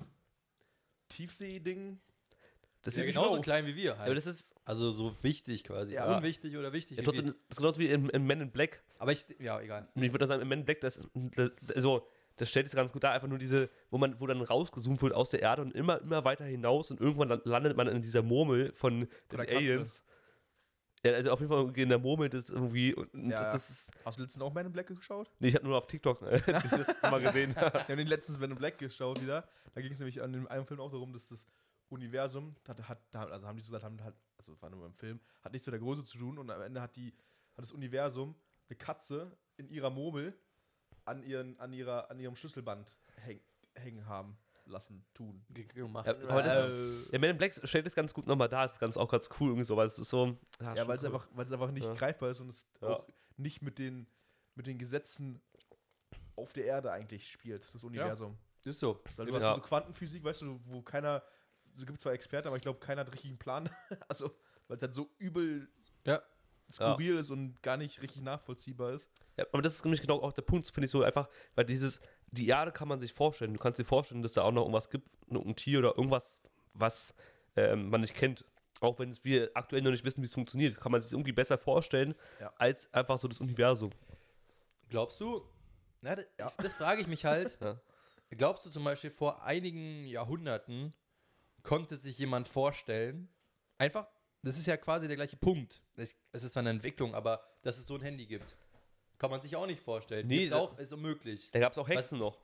Tiefsee-Ding. Das Ja, ist genauso low. klein wie wir Ja, halt. aber das ist Also so wichtig quasi. Ja. Unwichtig oder wichtig. ja, wie trotzdem, wir. das ist genauso wie in, in Men in Black. Aber ich, ja, egal. Und ich würde sagen, im Men in Black, das, das, also, das stellt es ganz gut dar, einfach nur diese, wo man, wo dann rausgezoomt wird aus der Erde und immer, immer weiter hinaus und irgendwann lan- landet man in dieser Murmel von den der Katze. Aliens. Ja, also auf jeden Fall in der Murmel das irgendwie und und Ja, das, das ist, Hast du letztens auch Man in Black geschaut? nee, ich habe nur auf TikTok äh, das mal gesehen. Wir haben den letztens Man in Black geschaut wieder. Da ging es nämlich an dem einen Film auch darum, dass das Universum, hat, hat, da- also haben die so gesagt, haben halt, also es war nur im Film, hat nichts mit der Größe zu tun und am Ende hat die, hat das Universum eine Katze in ihrer Murmel an, ihren, an, ihrer, an ihrem Schlüsselband häng, hängen haben lassen, tun. Ge- gemacht. Ja, aber das Äh, Ja, Men in Black stellt es ganz gut nochmal dar, ist ganz, auch ganz cool irgendwie so, weil es ist so. Ja, schon weil es cool. einfach, weil es einfach nicht Ja. greifbar ist und es Ja. auch nicht mit den, mit den Gesetzen auf der Erde eigentlich spielt, das Universum. Ist so. Weil du hast Ja. so Quantenphysik, weißt du, wo keiner, es gibt zwar Experten, aber ich glaube, keiner hat richtigen Plan. Also, weil es halt so übel Ja. skurril ist und gar nicht richtig nachvollziehbar ist. Ja, aber das ist nämlich genau auch der Punkt, finde ich so einfach, weil dieses, die Erde kann man sich vorstellen. Du kannst dir vorstellen, dass da auch noch irgendwas gibt, ein Tier oder irgendwas, was ähm, man nicht kennt. Auch wenn es wir aktuell noch nicht wissen, wie es funktioniert, kann man sich irgendwie besser vorstellen, Ja. als einfach so das Universum. Glaubst du? Na, das, Ja. ich, das frage ich mich halt. Ja. Glaubst du zum Beispiel, vor einigen Jahrhunderten konnte sich jemand vorstellen, einfach, das ist ja quasi der gleiche Punkt. Es, es ist zwar eine Entwicklung, aber dass es so ein Handy gibt, kann man sich auch nicht vorstellen. Nee, Gibt's da- auch, ist unmöglich. Da gab es auch Hexen noch.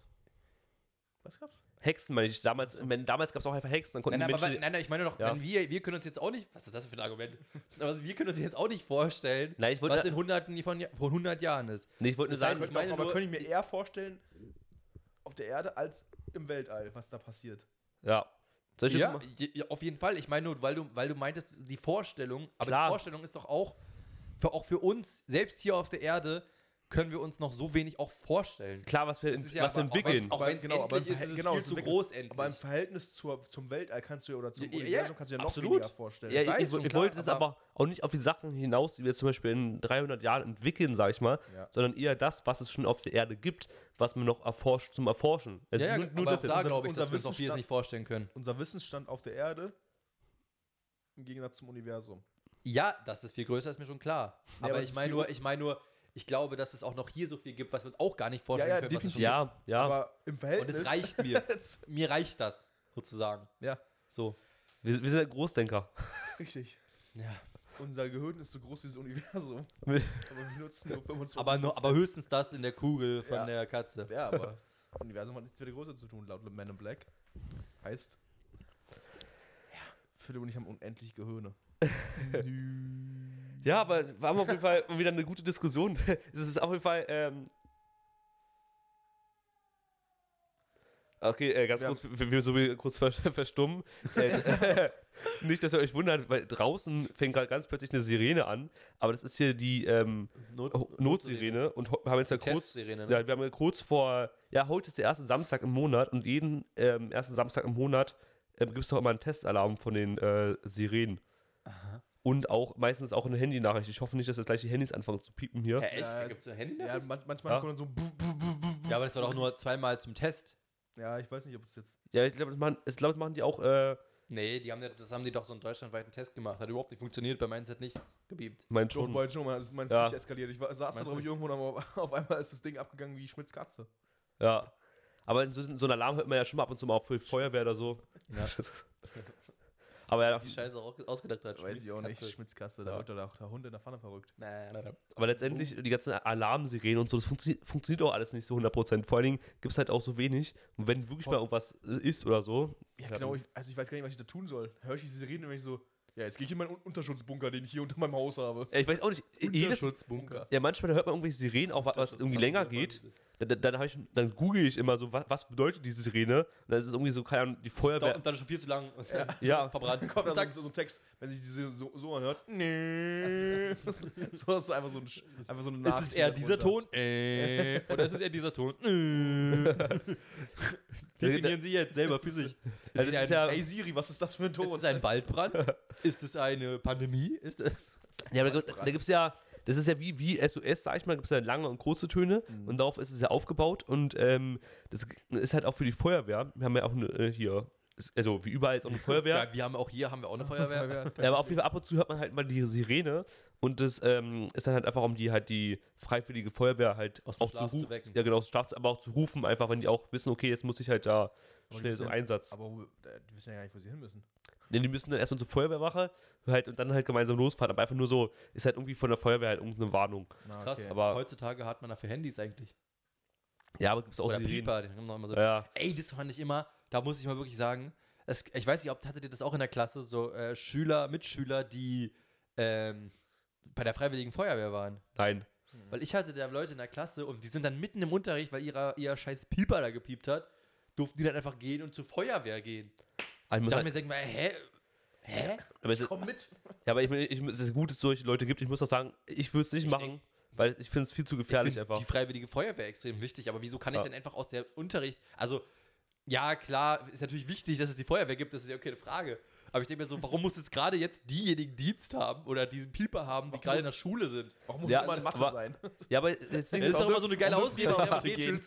Was gab's? Hexen, meine ich. Damals, wenn, damals gab es auch einfach Hexen, dann konnten Nein, die nein, aber, Menschen. nein, nein, ich meine doch, Ja. wenn wir, wir können uns jetzt auch nicht, was ist das für ein Argument? Aber wir können uns jetzt auch nicht vorstellen, Nein, ich wollte- was in hunderten von, Ja- von hundert Jahren ist. nee, ich wollte nur das heißt, sagen, ich meine aber nur- könnte ich mir eher vorstellen, auf der Erde als im Weltall, was da passiert. ja. Soll ich Ja, jetzt je- ja, auf jeden Fall. Ich meine nur, weil du, weil du meintest, die Vorstellung, aber Klar. die Vorstellung ist doch auch für, auch für uns, selbst hier auf der Erde, können wir uns noch so wenig auch vorstellen. klar, was wir, Das ist ja was wir aber auch entwickeln. Auch Aber wenn es genau, aber endlich im ist, Verhält- ist es genau, viel es zu ist groß Aber im endlich. Verhältnis zur, zum Weltall kannst du ja, oder zum Ja, ja, Universum kannst du ja noch absolut. weniger vorstellen. Ja, Ich weiß ich, schon, ich klar, wollte es aber- aber auch nicht auf die Sachen hinaus, die wir zum Beispiel in dreihundert Jahren entwickeln, sag ich mal, Ja. sondern eher das, was es schon auf der Erde gibt, was man noch erforscht, zum Erforschen. Also Ja, ja, nur, nur aber das auch da jetzt. glaube ich, unser dass wir uns noch vieles Wissensstand- nicht vorstellen können. Unser Wissensstand auf der Erde im Gegensatz zum Universum. Ja, dass das viel größer ist, mir schon klar. Ja, aber aber es ich ist meine viel- nur, ich meine nur, ich glaube, dass es auch noch hier so viel gibt, was wir uns auch gar nicht vorstellen Ja, ja, können. Was es definitiv. schon Ja, ja. Aber im gibt. Verhältnis. Und es reicht mir. Mir reicht das, sozusagen. Ja, So. Wir, wir sind ja Großdenker. richtig. Ja. Unser Gehirn ist so groß wie das Universum. Wir- Aber wir nutzen nur fünfundzwanzig. Aber, nur, aber höchstens das in der Kugel von Ja. der Katze. Ja, aber das Universum hat nichts mit der Größe zu tun, laut Man in Black. Heißt. Ja. Philipp und ich haben unendlich Gehirne. Ja, aber war auf jeden Fall wieder eine gute Diskussion. Es ist auf jeden Fall. Ähm okay, äh, ganz Wir kurz, wir, wir so wie kurz ver verstummen. äh, nicht, dass ihr euch wundert, weil draußen fängt gerade ganz plötzlich eine Sirene an, aber das ist hier die ähm, Not Notsirene und ho- wir haben jetzt ja kurz. Testsirene, ne? Ja, wir haben ja kurz vor, ja, heute ist der erste Samstag im Monat und jeden ähm, ersten Samstag im Monat ähm, gibt es doch immer einen Testalarm von den äh, Sirenen. Aha. Und auch meistens auch eine Handynachricht. Ich hoffe nicht, dass jetzt gleich die Handys anfangen zu piepen hier. Hä, echt? Ja, Da gibt es ein Handy? Ja, Ja, man, manchmal Ja. kommt dann so. buh, buh, buh, buh, buh. ja, aber das war doch nur zweimal zum Test. Ja, ich weiß nicht, ob es jetzt. Ja, ich glaube, das machen, ich glaub, das machen die auch, äh, Nee, die haben, ja- das haben die doch so einen deutschlandweiten Test gemacht. Hat überhaupt nicht funktioniert. Bei meins hat nichts gebiebt. mein Doch, schon. mein schon, man, das ist mein Ja. ziemlich eskaliert. Ich war, saß da, Meinst glaube ich, du? irgendwo und auf, auf einmal ist das Ding abgegangen wie Schmitz Katze. Ja. Aber in so, in so einem Alarm hört man ja schon mal ab und zu mal auch für Feuerwehr oder so. Ja. aber ja, Die Scheiße auch ausgedacht hat. Weiß ich auch nicht. Katze. Schmitz Katze, da Ja. wird doch der, der Hund in der Pfanne verrückt. Nein, nein, nein. aber letztendlich die ganzen Alarmsirenen und so, das funktio funktioniert auch alles nicht so hundert Prozent. Vor allen Dingen gibt es halt auch so wenig. Und wenn wirklich mal irgendwas äh, ist oder so. Ja, dann- genau. Ich, also ich weiß gar nicht, was ich da tun soll. Höre ich diese Sirenen und wenn ich so, ja, jetzt gehe ich in meinen Un- Unterschutzbunker, den ich hier unter meinem Haus habe. Ja, ich weiß auch nicht. Jedes, Unterschutzbunker. ja, manchmal hört man irgendwelche Sirenen, auch was, was irgendwie länger geht. Dann, dann, dann, hab ich, dann google ich immer so, was, was bedeutet diese Sirene? Und dann ist es irgendwie so, keine Ahnung, die Das Feuerwehr. dauert dann schon viel zu lang. Ja. Verbrannt. Dann kommt Und dann zack. so, so ein Text, wenn sich diese so, so anhört. Nee. so ist einfach so, ein, Sch- einfach so eine Ist Nachricht. es eher dieser darunter. Ton? Äh. Oder ist es eher dieser Ton? Äh. Definieren Sie jetzt selber für sich. Also Ist das es ist ja, Ey Siri, was ist das für ein Ton? Ist es ein Waldbrand? Ist es eine Pandemie? Ist es... ja, aber da, da gibt es ja, das ist ja wie, wie S O S, sag ich mal, gibt es ja lange und kurze Töne Mhm. und darauf ist es ja aufgebaut und ähm, das ist halt auch für die Feuerwehr. Wir haben ja auch eine, äh, hier, ist, also wie überall ist auch eine Feuerwehr. Ja, wir haben auch hier haben wir auch eine Feuerwehr. Ja, aber auf jeden Fall ab und zu hört man halt mal die Sirene und das ähm, ist dann halt einfach, um die halt die freiwillige Feuerwehr halt Aus dem auch zu Schlaf zu rufen. wecken. Ja, genau, aus dem Schlaf zu, aber auch zu rufen, einfach, wenn die auch wissen, okay, jetzt muss ich halt da Aber die schnell so wissen- Einsatz. Aber wo- äh, die wissen ja gar nicht, wo sie hin müssen. Denn die müssen dann erstmal zur Feuerwehrwache halt, und dann halt gemeinsam losfahren. Aber einfach nur so, ist halt irgendwie von der Feuerwehr halt irgendeine Warnung. Na, Krass, okay. aber- heutzutage hat man dafür Handys eigentlich. Ja, aber gibt es auch Oder Sirenen. Pieper, die haben noch immer so. Ja, ja. Ey, das fand ich immer, da muss ich mal wirklich sagen, es, ich weiß nicht, ob hattet ihr das auch in der Klasse, so äh, Schüler, Mitschüler, die ähm, bei der Freiwilligen Feuerwehr waren. Nein. Weil ich hatte da Leute in der Klasse und die sind dann mitten im Unterricht, weil ihrer, ihr scheiß Pieper da gepiept hat, durften die dann einfach gehen und zur Feuerwehr gehen. Aber ich muss Dann halt, mir denken, hä? Hä? aber es, Komm mit. ja, aber ich, ich, es ist gut, dass es solche Leute gibt. Ich muss auch sagen, ich würde es nicht Ich machen, weil ich finde es viel zu gefährlich Ich find einfach. die Freiwillige Feuerwehr extrem wichtig, aber wieso kann ich Ja. denn einfach aus der Unterricht, also ja, klar, ist natürlich wichtig, dass es die Feuerwehr gibt, das ist ja okay, eine Frage. Aber ich denke mir so, warum muss jetzt gerade jetzt diejenigen Dienst haben oder diesen Pieper haben, die Warum gerade in muss- der Schule sind? Warum muss Ja, immer in Mathe aber- sein? Ja, aber das Ding Das ist ist, doch immer so eine geile warum Ausrede. dürfen wir Ja, Mathe okay, gehen? tschüss.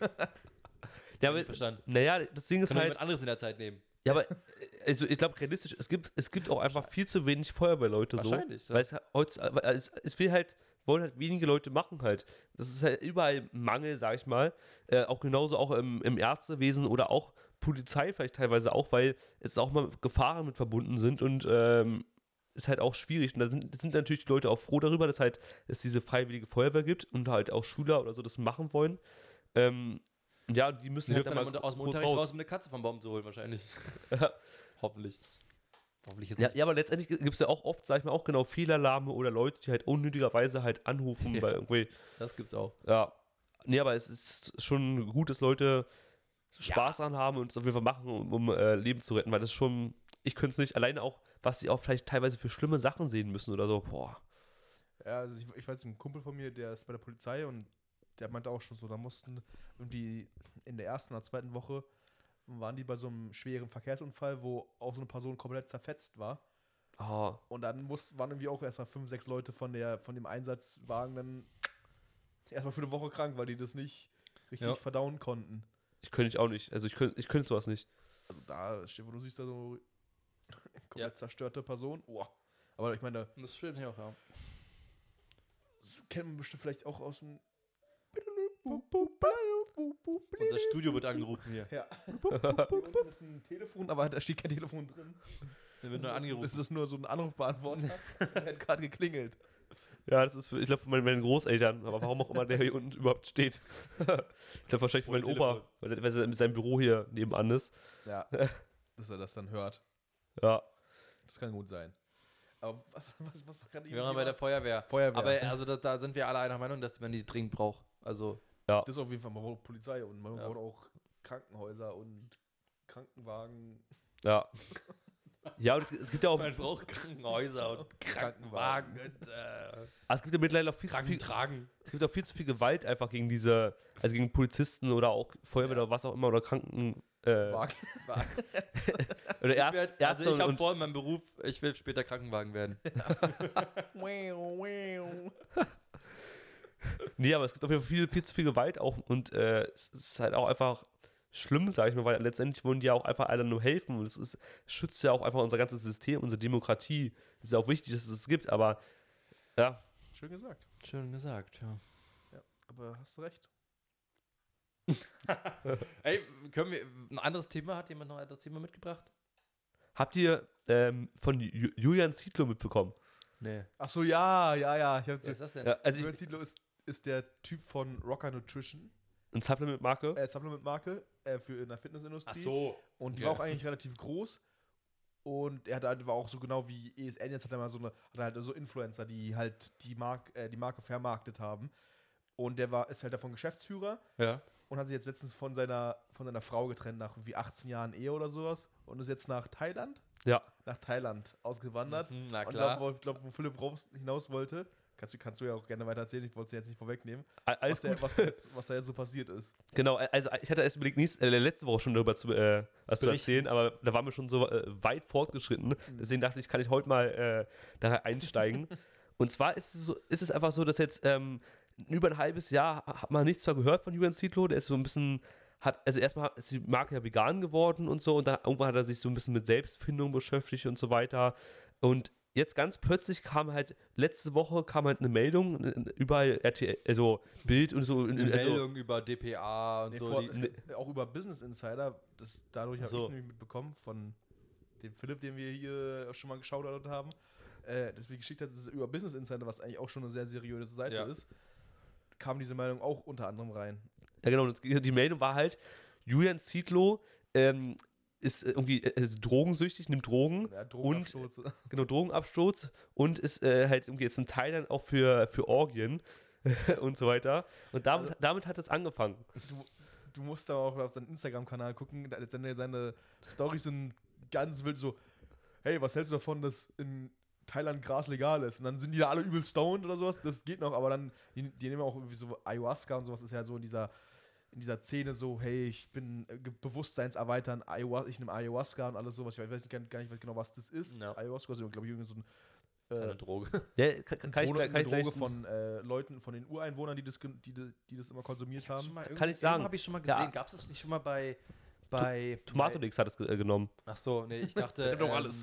ja, Hab ich aber, verstanden. naja, das Ding ist Kann doch halt, jemand anderes in der Zeit nehmen. ja, aber also ich glaube realistisch, es gibt, es gibt auch einfach viel zu wenig Feuerwehrleute so. Wahrscheinlich, ja. Weil es, heutzutage- weil es, es will halt, wollen halt wenige Leute machen halt. Das ist halt überall Mangel, sag ich mal. Äh, auch genauso auch im, im Ärztewesen oder auch Polizei vielleicht teilweise auch, weil es auch mal Gefahren mit verbunden sind und ähm, ist halt auch schwierig. Und da sind, sind natürlich die Leute auch froh darüber, dass halt es diese freiwillige Feuerwehr gibt und halt auch Schüler oder so das machen wollen. Ähm, ja, die müssen Die halt dürfen dann dann mal unter, aus dem kurz Unterricht raus, raus. um eine Katze vom Baum zu holen, wahrscheinlich. Ja. Hoffentlich. Hoffentlich ist Ja, ja, aber letztendlich gibt es ja auch oft, sag ich mal, auch genau Fehlalarme oder Leute, die halt unnötigerweise halt anrufen, Ja. weil irgendwie, das gibt's auch. ja. Nee, aber es ist schon gut, dass Leute Spaß dran haben und es auf jeden Fall machen, um, um äh, Leben zu retten, weil das ist schon, ich könnte es nicht, alleine auch, was sie auch vielleicht teilweise für schlimme Sachen sehen müssen oder so, boah. Ja, also ich, ich weiß, ein Kumpel von mir, der ist bei der Polizei und der meinte auch schon so, da mussten irgendwie in der ersten oder zweiten Woche waren die bei so einem schweren Verkehrsunfall, wo auch so eine Person komplett zerfetzt war. Oh, Und dann muss, waren irgendwie auch erstmal fünf, sechs Leute von, der, von dem Einsatzwagen dann erstmal für eine Woche krank, weil die das nicht richtig Ja. verdauen konnten. ich könnte ich auch nicht, also ich könnte ich könnte sowas nicht. Also da, Stefan, du siehst da so komplett zerstörte Person. Oh. Aber ich meine, Das stimmt ja auch, ja. kennt man bestimmt vielleicht auch aus dem Unser Studio wird angerufen hier. Ja. Das ist ein Telefon, aber da steht kein Telefon drin. Der wird nur angerufen. Das ist nur so ein Anrufbeantworter. Er hat gerade geklingelt. Ja, das ist, für, ich glaube, von meinen, meinen Großeltern, aber warum auch immer der hier unten überhaupt steht. Ich glaube wahrscheinlich von Ohne meinem Opa, Telefon. weil, der- weil er mit seinem Büro hier nebenan ist. Ja. Dass er das dann hört. Ja. Das kann gut sein. Aber was, was, was war gerade Wir waren bei der Feuerwehr. Feuerwehr. Aber also da, da sind wir alle einer Meinung, dass man die dringend braucht. Also, das ist auf jeden Fall, man braucht Polizei und man Ja. braucht auch Krankenhäuser und Krankenwagen. Ja. Ja, und es, es gibt ja auch, man braucht Krankenhäuser und Krankenwagen. Krankenwagen und äh, ah, es gibt ja mittlerweile auch viel zu viel, Krankentragen. es gibt auch viel zu viel Gewalt einfach gegen diese, also gegen Polizisten oder auch Feuerwehr Ja. oder was auch immer oder Kranken, äh, Wagen. oder Ich, Ärzte, werd, Ärzte also ich habe und, vor in meinem Beruf, ich will später Krankenwagen werden. nee, aber es gibt auf jeden Fall viel, viel zu viel Gewalt auch und äh, es ist halt auch einfach schlimm, sag ich mal, weil letztendlich wollen die ja auch einfach alle nur helfen und es ist, schützt ja auch einfach unser ganzes System, unsere Demokratie. Es ist ja auch wichtig, dass es es gibt, aber ja, Schön gesagt. Schön gesagt, ja. Aber hast du recht. Ey, können wir, ein anderes Thema, hat jemand noch ein anderes Thema mitgebracht? habt ihr ähm, von Ju- Julian Zietlow mitbekommen? Nee. Ach so, ja, ja, ja. Ich Was hab's ist das denn? Ja, also Julian ich, Zietlow ist, ist der Typ von Rocker Nutrition, ein Supplement-Marke. äh, Supplement-Marke äh, für in der Fitnessindustrie. Ach so. Und die Ja. war auch eigentlich relativ groß. Und er hat halt, war auch so genau wie E S N, jetzt hat er mal so eine, hat er halt so Influencer, die halt die, Mark, äh, die Marke vermarktet haben. Und der war, ist halt davon Geschäftsführer Ja. und hat sich jetzt letztens von seiner, von seiner Frau getrennt, nach wie achtzehn Jahren Ehe oder sowas. Und ist jetzt nach Thailand, Ja. nach Thailand ausgewandert. Mhm, na Und klar. ich glaube, glaub, wo Philipp raus hinaus wollte, Kannst du, kannst du ja auch gerne weiter erzählen, ich wollte es jetzt nicht vorwegnehmen, Alles was, der, gut. was, da jetzt, was da jetzt so passiert ist. Genau, also ich hatte erst überlegt, nächst, äh, letzte Woche schon darüber zu, äh, was zu Berichten. erzählen, aber da waren wir schon so äh, weit fortgeschritten. Deswegen dachte ich, kann ich heute mal äh, da einsteigen. Und zwar ist es, so, ist es einfach so, dass jetzt ähm, über ein halbes Jahr hat man nichts mehr gehört von Julian Zietlow. Der ist so ein bisschen, hat, also erstmal ist die Marke ja vegan geworden und so und dann irgendwann hat er sich so ein bisschen mit Selbstfindung beschäftigt und so weiter. Und jetzt ganz plötzlich kam halt, letzte Woche kam halt eine Meldung, überall R T L, also Bild und so. Eine also, Meldung über D P A und Nee, so. vor, die, es gibt auch über Business Insider, das, dadurch habe So. ich es nämlich mitbekommen, von dem Philipp, den wir hier schon mal geschaut haben, äh, das wir geschickt hat, das ist über Business Insider, was eigentlich auch schon eine sehr seriöse Seite Ja. ist, kam diese Meldung auch unter anderem rein. Ja, genau. Und die Meldung war halt, Julian Zietlow ähm, ist irgendwie äh, ist drogensüchtig, nimmt Drogen, Ja, Drogenabsturz. genau, Drogenabsturz und ist äh, halt irgendwie jetzt in Thailand auch für, für Orgien und so weiter. Und damit, Also- damit hat es angefangen. Du, du musst da auch auf seinen Instagram-Kanal gucken, da- seine, seine Storys sind ganz wild so, hey, was hältst du davon, dass in Thailand Gras legal ist? Und dann sind die da alle übel stoned oder sowas, das geht noch, aber dann, die, die nehmen auch irgendwie so Ayahuasca und sowas, ist ja so in dieser, in dieser Szene so, hey, ich bin äh, ge- Bewusstseinserweitern, Ayahuasca, ich nehme Ayahuasca und alles sowas, ich weiß nicht, gar, gar nicht genau, was das ist. Ja. Ayahuasca ist, glaube ich, irgendwie so ein eine äh, Droge. Ja, kann, kann, ich, Droge, kann, kann ich eine gleich, Droge von äh, Leuten, von den Ureinwohnern, die das, gen- die, die, die das immer konsumiert haben. Kann ich sagen. Habe ich schon mal Ja. gesehen. Gab es das nicht schon mal bei. bei Tomatolix hat es ge- äh, genommen. Ach so, nee, ich dachte. Der nimmt doch alles.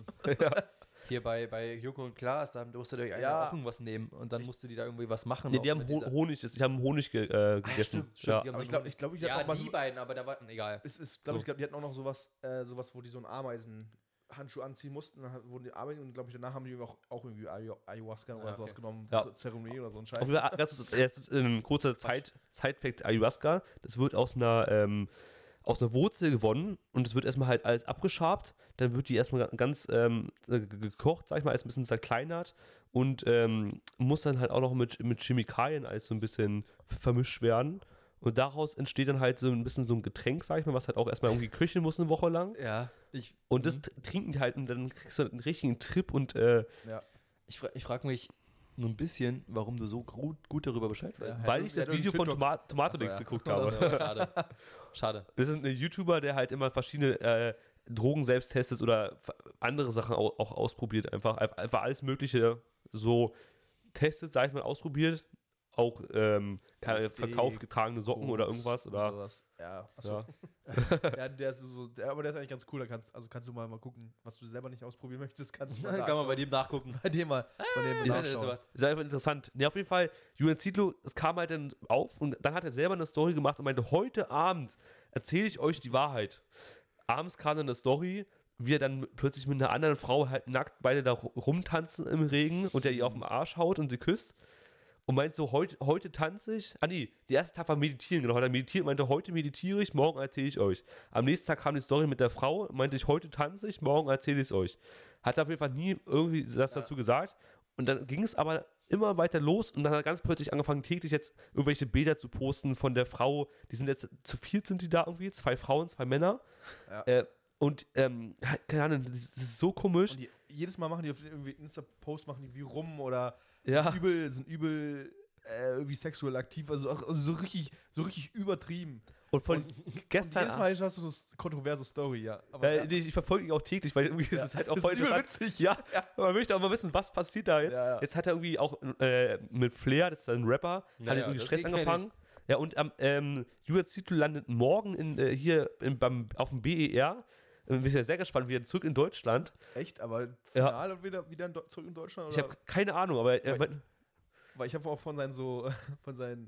Hier bei, bei Joko und Klaas, da musstet ihr euch Ja. auch irgendwas nehmen und dann musste die da irgendwie was machen. Nee, auch die haben mit Ho dieser- Honig, ich habe Honig ge äh, Ah, gegessen. stimmt, stimmt, ja. die haben Aber so ich glaube, einen- ich, glaub, ich ja, hatte auch mal die so, beiden, aber da war. Egal. es ist, glaub So. ich, glaub, die hatten auch noch sowas, äh, sowas, wo die so einen Ameisenhandschuh anziehen mussten, dann hat- wurden die arbeiten und glaube ich, danach haben die auch, auch irgendwie Ayu- Ayahuasca oder Ah, sowas okay. genommen, Ja. zur Zeremonie oder so ein Scheiß. Auf jeden Fall, ganz kurz, erst ein kurzer Zeit, Side-Fact: Ayahuasca, das wird aus einer, ähm, aus einer Wurzel gewonnen und es wird erstmal halt alles abgeschabt, dann wird die erstmal ganz ähm, äh, ge- gekocht, sag ich mal, erst ein bisschen zerkleinert und ähm, muss dann halt auch noch mit, mit Chemikalien alles so ein bisschen v- vermischt werden. Und daraus entsteht dann halt so ein bisschen so ein Getränk, sag ich mal, was halt auch erstmal irgendwie köcheln muss eine Woche lang. Ja, ich. Und das Mhm. t- trinken die halt und dann kriegst du einen richtigen Trip und äh, Ja. Ich, fra ich frage mich nur ein bisschen, warum du so gut, gut darüber Bescheid weißt. Ja. weil hat- ich das hat Video von TikTok- Toma Tomatolix Achso, ja. geguckt Also, habe. schade. Schade. Das ist ein YouTuber, der halt immer verschiedene äh, Drogen selbst testet oder f- andere Sachen auch, auch ausprobiert. Einfach, einfach alles Mögliche so testet, sag ich mal, ausprobiert. Auch ähm, keine L S D, Verkauf getragene Socken oder Koks irgendwas. und Oder, sowas. Ja, achso. ja. Ja, der ist so, der, aber der ist eigentlich ganz cool, da kannst, also kannst du mal, mal gucken, was du selber nicht ausprobieren möchtest, kannst du mal Kann man nachschauen. bei dem nachgucken. bei dem mal, bei dem mal Ist- nachschauen. Ist einfach interessant. Ne, auf jeden Fall, Julian Zietlow, es kam halt dann auf und dann hat er selber eine Story gemacht und meinte, heute Abend erzähle ich euch die Wahrheit. Abends kam dann eine Story, wie er dann plötzlich mit einer anderen Frau halt nackt beide da rumtanzen im Regen und der ihr auf den Arsch haut und sie küsst. Und meint so, heute, heute tanze ich. Ah nee, der erste Tag war meditieren, genau. Hat er meditiert und meinte, heute meditiere ich, morgen erzähle ich euch. Am nächsten Tag kam die Story mit der Frau, meinte ich, heute tanze ich, morgen erzähle ich es euch. Hat auf jeden Fall nie irgendwie das Ja. dazu gesagt. Und dann ging es aber immer weiter los und dann hat er ganz plötzlich angefangen, täglich jetzt irgendwelche Bilder zu posten von der Frau. Die sind jetzt, zu viert sind die da irgendwie, zwei Frauen, zwei Männer. Ja. Äh, und, ähm, keine Ahnung, das ist so komisch. Und die, jedes Mal machen die auf irgendwie Insta-Post, machen die wie rum oder Ja. übel, sind übel äh, irgendwie sexuell aktiv, also, auch, also so richtig, so richtig übertrieben. Und von Und gestern jedes Mal hast du so eine kontroverse Story, ja. Aber, Äh, ja. nee, ich verfolge ihn auch täglich, weil irgendwie ist es halt auch Das voll ist übel interessant. witzig. Ja, man möchte auch mal wissen, was passiert da jetzt. Ja, ja. Jetzt hat er irgendwie auch äh, mit Flair, das ist ein Rapper, Ja, hat jetzt ja, irgendwie das Stress kenn ich. angefangen. Ja, und am ähm, Julian Zietlow landet morgen in, äh, hier in, beim, auf dem B E R. Äh, bin ja sehr gespannt, wieder zurück in Deutschland. Echt, aber final wieder, wieder in Do zurück in Deutschland? Ich Oder? habe keine Ahnung, aber äh, Weil- Weil ich habe auch von seinen so, von seinen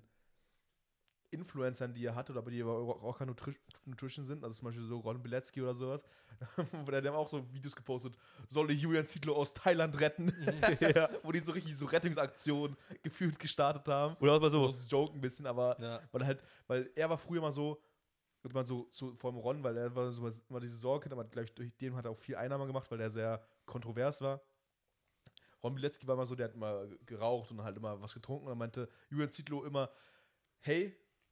Influencern, die er hatte, oder die aber auch keine Nutri Nutrition sind, also zum Beispiel so Ron Bilecki oder sowas, wo der, der haben auch so Videos gepostet, soll ich Julian Zietlow aus Thailand retten? ja. Wo die so richtig so Rettungsaktionen gefühlt gestartet haben. Oder auch mal so, So Joke ein bisschen, aber Ja. weil halt, weil er war früher mal so, wird man so, so vor allem Ron, weil er war so immer diese Sorge, aber glaube ich, durch den hat er auch viel Einnahme gemacht, weil der sehr kontrovers war. Ron Bilecki war mal so, der hat immer geraucht und halt immer was getrunken und dann meinte Julian Zietlow immer, hey,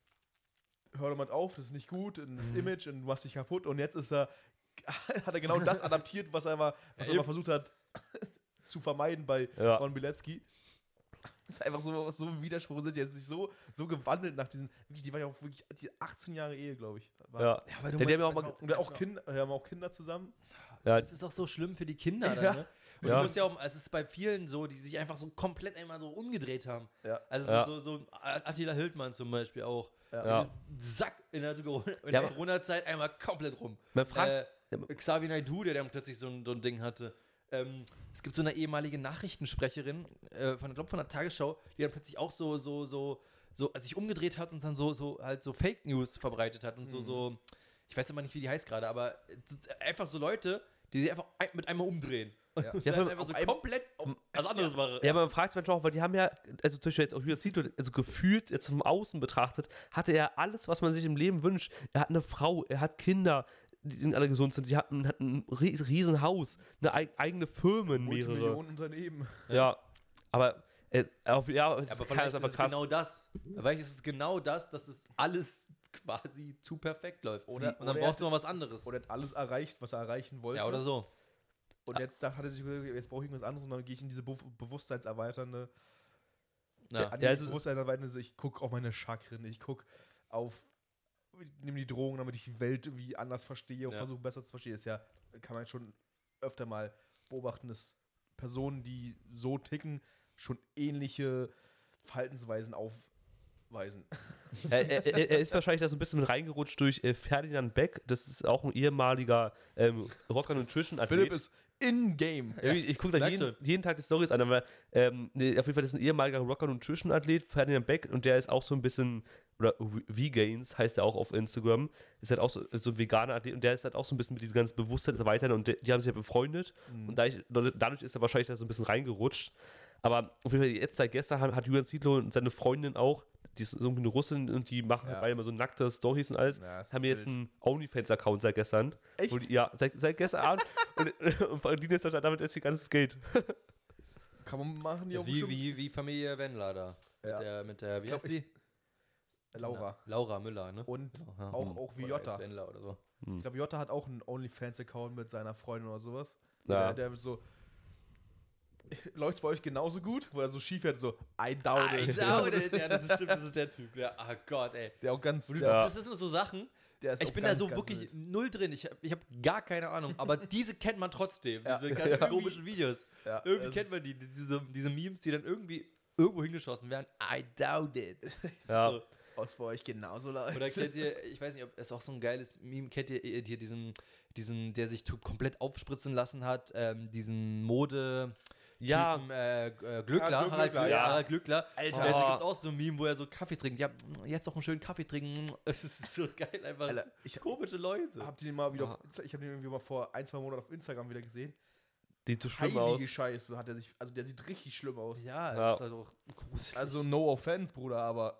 hör doch mal auf, das ist nicht gut, und das Image und du machst dich kaputt und jetzt ist er, hat er genau das adaptiert, was er mal, was Ja, er mal eben. versucht hat zu vermeiden bei Ja. Ron Bilecki. Das ist einfach so, so ein Widerspruch sind. Die hat sich so, so gewandelt nach diesen, wirklich, die war ja auch wirklich die achtzehn Jahre Ehe, glaube ich. War, Ja, Ja, weil du der, der meinst- mir auch mal, Und auch Kinder, wir haben auch Kinder zusammen. ja, Das ist auch so schlimm für die Kinder dann, Ja. ne? Und Ja. du musst ja auch, es ist bei vielen so, die sich einfach so komplett einmal so umgedreht haben. Ja. Also Ja. so, so Attila Hildmann zum Beispiel auch. Ja. Ja. Zack, in der, in Ja, der aber- Corona-Zeit einmal komplett rum. man fragt, Äh, Xavier Naidoo, der dann plötzlich so ein, so ein Ding hatte. Ähm, es gibt so eine ehemalige Nachrichtensprecherin äh, von, ich glaube, von der Tagesschau, die dann plötzlich auch so, so, so, so also sich umgedreht hat und dann so, so halt so Fake News verbreitet hat und so, so, ich weiß immer nicht, wie die heißt gerade, aber äh, einfach so Leute, die sich einfach ein, mit einmal umdrehen. Ja. Und Ja, dann vor allem einfach so auf einem- komplett was anderes machen. ja, aber man fragt sich manchmal auch, weil die haben ja, also zum Beispiel jetzt auch Hyacinthe, also gefühlt, jetzt vom Außen betrachtet, hatte er alles, was man sich im Leben wünscht. Er hat eine Frau, er hat Kinder, die sind alle gesund sind, die hat ein, hat ein ries- riesen Haus, eine eig eigene Firmen, mehrere. Multimillionen Unternehmen. Ja, aber, äh, auf, ja, es Ja, aber kann- vielleicht ist ist einfach es krass. genau das. Vielleicht ist es genau das, dass es alles quasi zu perfekt läuft. Oder- und dann oder brauchst er du mal was anderes. Oder hat alles erreicht, was er erreichen wollte. Ja, oder so. Und jetzt da hat er sich gesagt, jetzt brauche ich irgendwas anderes und dann gehe ich in diese Be bewusstseinserweiternde, Ja. ja. an Ja, dieses also- Bewusstseinserweiternde, ich gucke auf meine Chakren, ich gucke auf, ich nehme die Drohungen, damit ich die Welt irgendwie anders verstehe und Ja. versuche besser zu verstehen. Das ist ja, kann man schon öfter mal beobachten, dass Personen, die so ticken, schon ähnliche Verhaltensweisen aufweisen. er, er, er er ist wahrscheinlich da so ein bisschen mit reingerutscht durch äh, Ferdinand Beck, das ist auch ein ehemaliger ähm, Rocker Nutrition Athlet. Philipp ist in-game. Ja, ich ich gucke da merkst jeden, jeden Tag die Stories an, aber ähm, nee, auf jeden Fall das ist ein ehemaliger Rocker Nutrition Athlet, Ferdinand Beck, und der ist auch so ein bisschen, oder V-Gains heißt er auch auf Instagram, ist halt auch so, so ein veganer Athlet und der ist halt auch so ein bisschen mit diesem ganzen Bewusstsein erweitern und die, die haben sich ja befreundet und dadurch, dadurch ist er wahrscheinlich da so ein bisschen reingerutscht. Aber auf jeden Fall jetzt seit gestern hat, hat Julian Zietlow und seine Freundin auch, die ist irgendwie eine Russin und die machen Ja. halt beide immer so nackte Stories und alles, Ja, ist haben jetzt wild. einen OnlyFans-Account seit gestern. Echt? Wo die, ja, seit, seit gestern Abend und, und verdienen jetzt halt damit jetzt ihr ganzes Geld. Kann man machen, die Das auch ist wie, bestimmt. wie, wie Familie Wendler da. Ja. Mit der, mit der, wie Ich glaub, heißt sie? Laura. Na, Laura Müller, ne? Und Genau, ja. auch, auch wie Oder Jota. als Wendler oder so. Ich glaube, Jota hat auch einen OnlyFans-Account mit seiner Freundin oder sowas. Ja. Der, der so. Läuft es bei euch genauso gut? Wo er so schief fährt, so, I doubt I it. doubt it. Ja, das ist stimmt, das ist der Typ. Ja, ah Gott, ey. Der auch ganz. Und du, Der, Das sind nur so Sachen. der ist Ich auch bin ganz, da so ganz wirklich wild. null drin. Ich habe ich hab gar keine Ahnung. Aber diese kennt man trotzdem. Ja. Diese ganzen Ja. komischen Videos. Ja, Irgendwie es kennt ist- man die. Diese, diese Memes, die dann irgendwie irgendwo hingeschossen werden. I doubt it. Ja. So. Aus für euch genauso leid. Oder kennt ihr, ich weiß nicht, ob es auch so ein geiles Meme, kennt ihr äh, hier diesen, diesen, der sich tu- komplett aufspritzen lassen hat, ähm, diesen Mode. Ja. Typen, äh, äh, Glückler, Harald Harald Glückler, Glückler, ja. Harald Glückler. Alter. Und jetzt gibt es auch so ein Meme, wo er so Kaffee trinkt. Ja, jetzt noch einen schönen Kaffee trinken. Es ist so geil, einfach Alter, ich komische Leute. Habt ihr den mal wieder auf Insta- ich habe den irgendwie mal vor ein, zwei Monaten auf Instagram wieder gesehen. Sieht so schlimm Heilige aus. Scheiße hat er sich, also der sieht richtig schlimm aus. Ja, Ja. das ist halt auch gruselig. Also no offense, Bruder, aber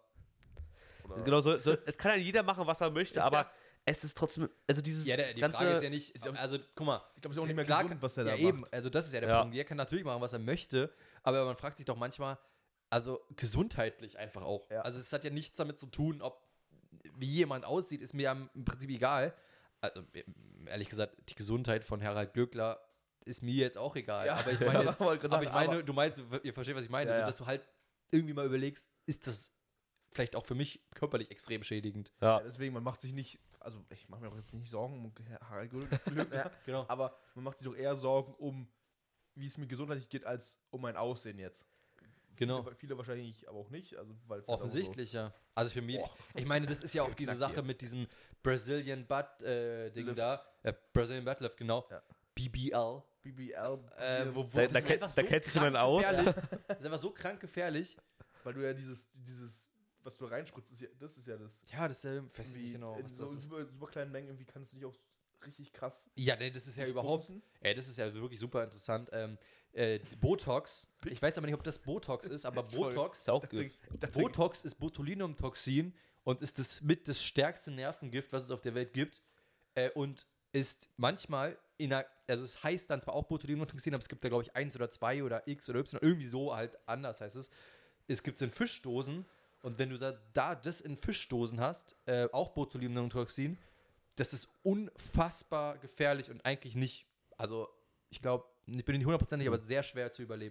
oder- Genau, so, so, es kann ja jeder machen, was er möchte, aber es ist trotzdem, also dieses ja, der, die ganze, Frage ist ja nicht, ist, also guck mal, ich glaube, es ist auch nicht mehr klar, gesund, was er ja, da eben, macht. also das ist ja der Ja. Punkt. Er kann natürlich machen, was er möchte, aber man fragt sich doch manchmal, also gesundheitlich einfach auch. Ja. Also es hat ja nichts damit zu tun, ob wie jemand aussieht, ist mir ja im Prinzip egal. Also ehrlich gesagt, die Gesundheit von Harald Glöckler ist mir jetzt auch egal. Ja. Aber ich meine, Ja, jetzt, wollte gerade aber sagen, ich meine, aber- du meinst, ihr versteht, was ich meine, Ja, so, ja. dass du halt irgendwie mal überlegst, ist das vielleicht auch für mich körperlich extrem schädigend. ja, Ja, deswegen, man macht sich nicht, also ich mache mir auch jetzt nicht Sorgen um Harald Glückler, Genau. aber man macht sich doch eher Sorgen um, wie es mir gesundheitlich geht, als um mein Aussehen jetzt. Genau. Viele, viele wahrscheinlich aber auch nicht, also weil es halt auch Offensichtlich, ja. Also für mich, Boah. ich meine, das ist ja auch diese Knack Sache hier. mit diesem Brazilian Butt äh, Ding Lift. da. Äh, Brazilian Butt Lift, genau. Ja. B B L. so B B L, Äh, wo, wo, Da- das da ist kennt- einfach da kennt sich jemand aus. krankgefährlich. Das ist einfach so krank gefährlich. weil du ja dieses, dieses, was du reinspritzt, ist ja, das ist ja das. Ja, das ist ja, ich weiß nicht Irgendwie genau, in was so das ist. super, super kleinen Mengen, irgendwie kann es nicht auch richtig krass. Ja, nee, das ist ja nicht überhaupt, bumsen. ey, das ist ja wirklich super interessant. Ähm, äh, Botox, ich weiß aber nicht, ob das Botox ist, aber Voll. Botox, ist auch Ich dachte, Gift. ich dachte, Botox ist Botulinumtoxin und ist das mit das stärkste Nervengift, was es auf der Welt gibt. Äh, und ist manchmal in einer, also es heißt dann zwar auch Botulinumtoxin, aber es gibt da, glaube ich, eins oder zwei oder X oder Y, irgendwie so halt anders heißt es. Es gibt es in Fischdosen und wenn du da, da das in Fischdosen hast, äh, auch Botulinumtoxin, das ist unfassbar gefährlich und eigentlich nicht, also ich glaube, ich bin nicht hundertprozentig, aber sehr schwer zu überleben.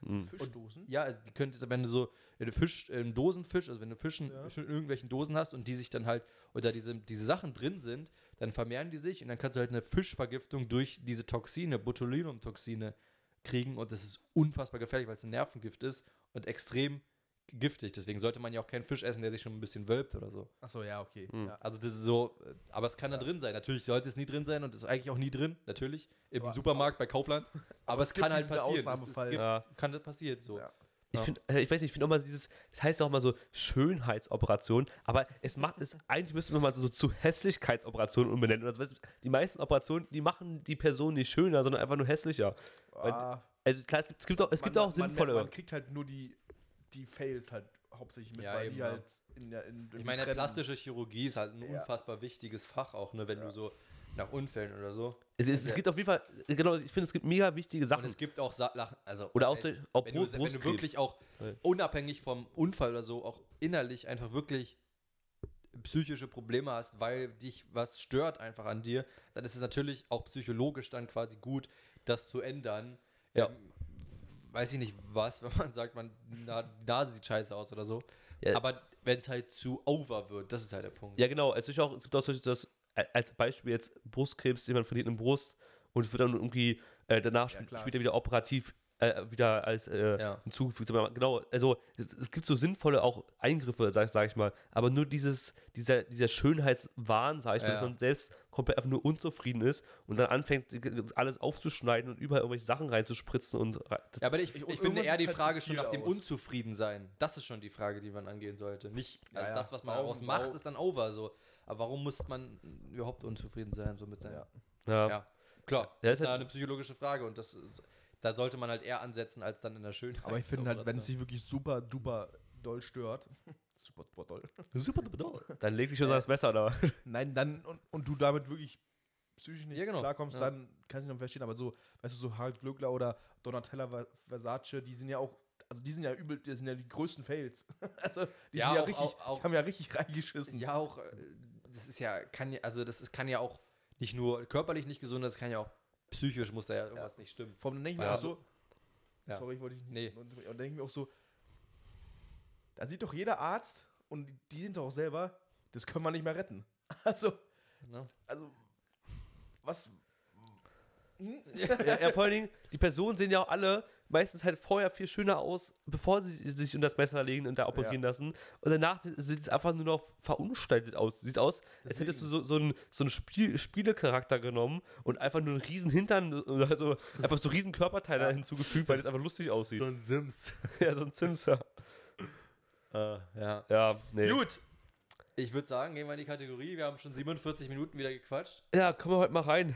Mhm. Fischdosen? Ja, also die könntest, wenn du so, wenn du Fisch, äh, Dosenfisch, also wenn du Fischen Ja. Fisch in irgendwelchen Dosen hast und die sich dann halt, oder diese, diese Sachen drin sind, dann vermehren die sich und dann kannst du halt eine Fischvergiftung durch diese Toxine, Botulinumtoxine kriegen und das ist unfassbar gefährlich, weil es ein Nervengift ist und extrem giftig. Deswegen sollte man ja auch keinen Fisch essen, der sich schon ein bisschen wölbt oder so. Achso, ja, okay. Mhm. Ja. Also das ist so, äh, aber es kann da drin sein. Natürlich sollte es nie drin sein und ist eigentlich auch nie drin, natürlich. Im Aber- Supermarkt, bei Kaufland. Aber, es es gibt kann halt diesen passieren. Es, es Ausnahmefall. gibt, Ja. kann das passieren, so. Ja. Ich Ja. finde, ich weiß nicht, ich finde auch mal dieses, das heißt auch mal so Schönheitsoperation, aber es macht es, eigentlich müsste man mal so zu Hässlichkeitsoperationen umbenennen. Also, weißt du, die meisten Operationen, die machen die Person nicht schöner, sondern einfach nur hässlicher. Weil- Ah, Also klar, es gibt, es gibt auch, es gibt man, auch man, sinnvolle. Man, man kriegt halt nur die, die Fails halt hauptsächlich mit, Ja, weil eben, die ja. halt in der in, Ich meine, Trenden- plastische Chirurgie ist halt ein Ja. unfassbar wichtiges Fach auch, ne, wenn Ja. du so nach Unfällen oder so. es, es, es Ja. gibt auf jeden Fall, genau, ich finde, es gibt mega wichtige Und Sachen. es gibt auch Sa Lachen, also Oder was auch heißt, die- auch wenn, du, Brust- wenn du Brustkrebs. wirklich auch Ja. unabhängig vom Unfall oder so auch innerlich einfach wirklich psychische Probleme hast, weil dich was stört einfach an dir, dann ist es natürlich auch psychologisch dann quasi gut, das zu ändern. Ja. Ähm, weiß ich nicht was, wenn man sagt, man na, Nase sieht scheiße aus oder so. Ja. Aber wenn es halt zu over wird, das ist halt der Punkt. Ja, genau. Es, ist auch, es gibt auch solche, das, als Beispiel jetzt Brustkrebs, jemand verliert eine Brust und es wird dann irgendwie äh, danach Ja, sp klar. später wieder operativ äh, wieder als äh, Ja. hinzugefügt. Aber genau, also es, es gibt so sinnvolle auch Eingriffe, sag, sag ich mal, aber nur dieses, dieser, dieser Schönheitswahn, sag ich mal, Ja. dass man selbst komplett einfach nur unzufrieden ist und dann anfängt, alles aufzuschneiden und überall irgendwelche Sachen reinzuspritzen und rein- das, Ja, aber ich, Ich- ich, und finde irgendwann eher die sieht's halt Frage zu schon viel nach dem aus. Unzufriedensein. Das ist schon die Frage, die man angehen sollte. Nicht, also Ja, ja. das, was man Warum- daraus macht, warum- ist dann over so. Aber warum muss man überhaupt unzufrieden sein so mit seinem? Ja. ja. Ja, klar. Ja, das ist ist halt- eine psychologische Frage und das ist, da sollte man halt eher ansetzen als dann in der Schönheit. Aber ich finde halt, wenn es sich wirklich super duper doll stört, super duper doll, super doll. Dann leg dich schon das Messer da. nein, dann und, und du damit wirklich psychisch nicht Ja, genau. klarkommst, Ja. dann kann ich noch verstehen, aber so, weißt du, so Harald Glöckler oder Donatella Ver- Versace, die sind ja auch, also die sind ja übel, die sind ja die größten Fails. Also die Ja, sind ja auch- richtig, auch- auch- die haben ja richtig reingeschissen. Ja, auch, äh, das ist ja, kann ja, also das ist, kann ja auch nicht nur körperlich nicht gesund, das kann ja auch psychisch muss da ja irgendwas nicht stimmen. Vor allem denke ich mir Ja. auch so, Ja. sorry, ich wollte dich nicht, Nee. und, und denke ich mir auch so, da sieht doch jeder Arzt und die, die sind doch auch selber, das können wir nicht mehr retten. Also, Ne? also, was, hm? ja, ja, vor allen Dingen, die Personen sehen ja auch alle meistens halt vorher viel schöner aus, bevor sie sich unter das Messer legen und da operieren Ja. lassen. Und danach sieht es einfach nur noch verunstaltet aus. Sieht aus, als hättest du so, so einen, so einen Spiel, Spielecharakter genommen und einfach nur einen riesen Hintern oder so, einfach so riesen Körperteile Ja. hinzugefügt, weil es einfach lustig aussieht. ein Sims. Ja, so ein Zimser. Äh, ja. Ja, nee. Gut. Ich würde sagen, gehen wir in die Kategorie. Wir haben schon siebenundvierzig Minuten wieder gequatscht. Ja, kommen wir heute mal rein.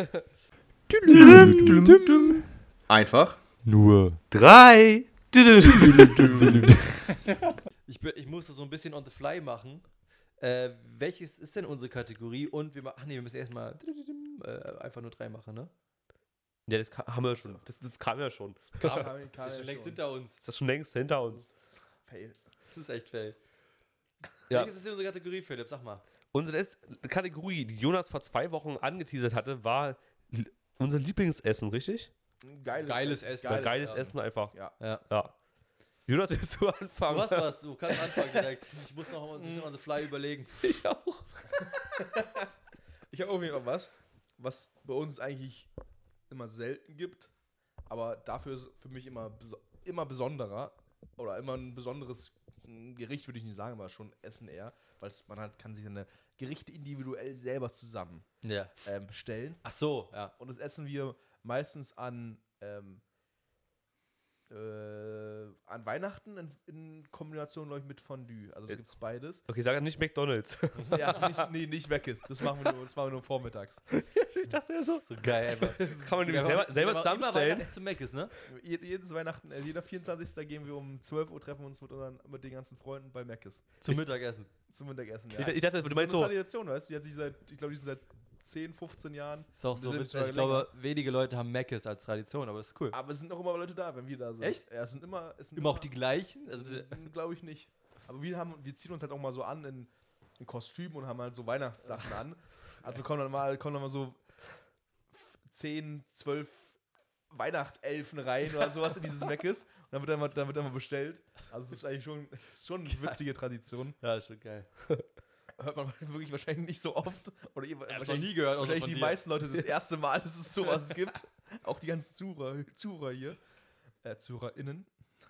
Einfach Nur drei. Ich, bin- ich musste so ein bisschen on the fly machen. Äh, welches ist denn unsere Kategorie? Und wir machen. Ach nee, wir müssen erstmal äh, einfach nur drei machen, ne? Ja, das ka- haben wir schon. Das, das kam ja schon. Kam, Kam- kam das ist ja schon längst schon. hinter uns. Das ist schon längst hinter uns. Fail. Das ist echt fail. Ja. Welches ist denn unsere Kategorie, Philipp? Sag mal. Unsere letzte Kategorie, die Jonas vor zwei Wochen angeteasert hatte, war l- unser Lieblingsessen, richtig? Geiles, Geiles Essen. Geiles, Geiles Essen. Essen einfach. Ja. Ja. Ja. Jonas, willst du anfangen? Du hast was, du kannst anfangen direkt. Ich muss noch mal ein bisschen on the fly überlegen. Ich auch. Ich habe auf jeden Fall was, was bei uns eigentlich immer selten gibt, aber dafür ist für mich immer, beso- immer besonderer oder immer ein besonderes mm, Gericht, würde ich nicht sagen, aber schon Essen eher, weil es- man halt kann sich eine Gerichte individuell selber zusammen Ja. ähm, bestellen. Ach so, ja. Und das essen wir meistens an, ähm, äh, an Weihnachten in, in Kombination, glaube ich, mit Fondue. Also es gibt beides. Okay, sag nicht McDonalds. Ja, nicht, nee, nicht weg ist. Das machen wir nur, das machen wir nur vormittags. Ich dachte ja so. So geil, einfach. Kann man nämlich selber, selber zusammenstellen. Zum Mac ist, ne? Je- Jedes Weihnachten, äh, jeder vierundzwanzigsten gehen wir um zwölf Uhr, treffen uns mit, unseren, mit den ganzen Freunden bei Mc's. Zum Mittagessen. Zum Mittagessen. Ja. Ich, ich dachte, das du ist meinst so so. eine Tradition, weißt du? Die hat sich seit, ich glaube, die sind seit zehn, fünfzehn Jahren. Ist auch Wir so sind witzig. zwar Also ich glaube, wenige Leute haben Mc's als Tradition, aber das ist cool. Aber es sind auch immer Leute da, wenn wir da sind. Echt? Ja, es sind immer. Es sind Immer auch die gleichen? Also, Glaube ich nicht. Aber wir, haben, wir ziehen uns halt auch mal so an in, in Kostüm und haben halt so Weihnachtssachen an. Also kommen dann mal, kommen dann mal so f- zehn, zwölf Weihnachtselfen rein oder sowas in dieses Meckes. Und dann wird dann mal, dann wird dann mal bestellt. Also, es ist eigentlich schon, es ist schon eine witzige Tradition. Ja, ist schon geil. Hört man wirklich wahrscheinlich nicht so oft. Oder ihr, Ich hab noch wahrscheinlich, nie gehört, außer wahrscheinlich von die dir. meisten Leute das erste Mal, dass es sowas gibt. Auch die ganzen Zuhörer, Zuhörer hier. Äh, ZuhörerInnen.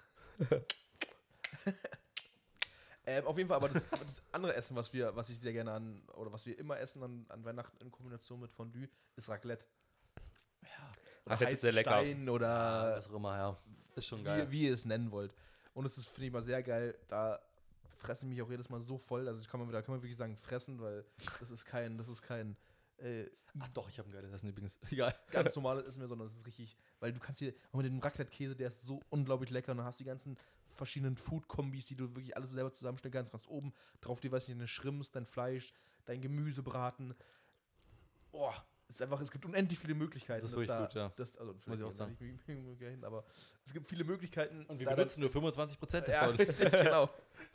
ähm, auf jeden Fall, aber das, aber das andere Essen, was wir, was ich sehr gerne an, oder was wir immer essen an, an Weihnachten in Kombination mit Fondue, ist Raclette. Raclette ist sehr lecker. Heißstein Ja, oder was auch immer, ja. Ist schon geil. wie, wie ihr es nennen wollt. Und es ist, finde ich mal, sehr geil. Da fresse ich mich auch jedes Mal so voll. Also ich kann man, da kann man wirklich sagen, fressen, weil das ist kein, das ist kein äh, Ach doch, ich habe ein geiles Essen übrigens. Egal. ganz normales Essen mehr, sondern es ist richtig, weil du kannst hier, auch mit dem Raclette-Käse, der ist so unglaublich lecker und dann hast du die ganzen verschiedenen Food-Kombis, die du wirklich alles selber zusammenstellen kannst. Du kannst oben drauf dir, weiß ich nicht, deine Shrimps, dein Fleisch, dein Gemüse braten. Boah, es ist einfach, es gibt unendlich viele Möglichkeiten. Das ist dass wirklich da, gut, ja. Das, also, Muss ich auch vielleicht gehen wir nicht hin, aber es gibt viele Möglichkeiten. Und wir da benutzen nur fünfundzwanzig Prozent dann, ja, davon. richtig, genau.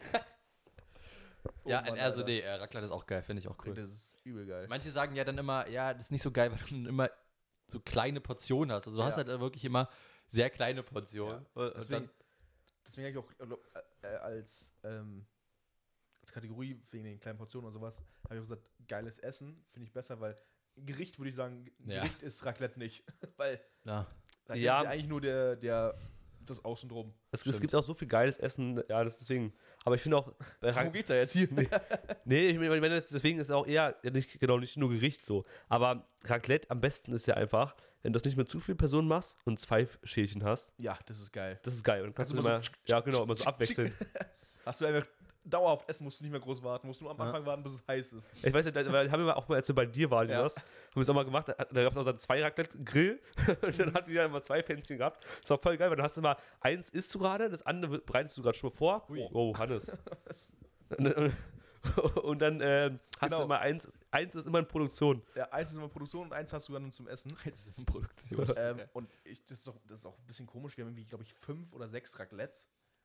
Oh Ja, Mann, also Alter. nee, äh, Raclette ist auch geil, finde ich auch cool. Das ist übel geil. Manche sagen ja dann immer, ja, das ist nicht so geil, weil du dann immer so kleine Portionen hast. Also du Ja. hast halt wirklich immer sehr kleine Portionen. Und- und Deswegen, dann, deswegen habe ich auch äh, äh, als, ähm, als Kategorie wegen den kleinen Portionen und sowas, habe ich auch gesagt, geiles Essen finde ich besser, weil Gericht würde ich sagen, Ja. Gericht ist Raclette nicht. weil ja. Raclette Ja. ist ja eigentlich nur der, der, das Außendrum. Es, es Stimmt. gibt auch so viel geiles Essen, ja, das deswegen. Aber ich finde auch, bei Worum Rac- geht's da jetzt hier? nee, ich meine, das- deswegen ist es auch eher nicht, genau, nicht nur Gericht so. Aber Raclette am besten ist ja einfach, wenn du das nicht mit zu vielen Personen machst und zwei Schälchen hast, Ja, das ist geil. das ist geil. Und dann kannst Kannst du du immer, immer ja genau, immer so abwechseln. Hast du einfach dauerhaft essen, musst du nicht mehr groß warten, musst nur am Ja. Anfang warten, bis es heiß ist. Ich weiß nicht, da- weil haben wir auch mal, als wir bei dir waren, Ja. Jonas, haben wir es auch mal gemacht, da, da gab es auch so einen zwei Raclette-Grill und dann hatten die dann immer zwei Pfännchen gehabt. Das war voll geil, weil dann hast du mal, eins isst du gerade, das andere bereitest du gerade schon mal vor. Ui. Oh, Hannes. und, und, und dann ähm, hast Genau. du immer eins, eins ist immer in Produktion. Ja, eins ist immer Produktion und eins hast du dann zum Essen. Das ist eine Produktion. Ähm, und ich, das, ist auch, das ist auch ein bisschen komisch. Wir haben irgendwie, glaube ich, fünf oder sechs Raclettes.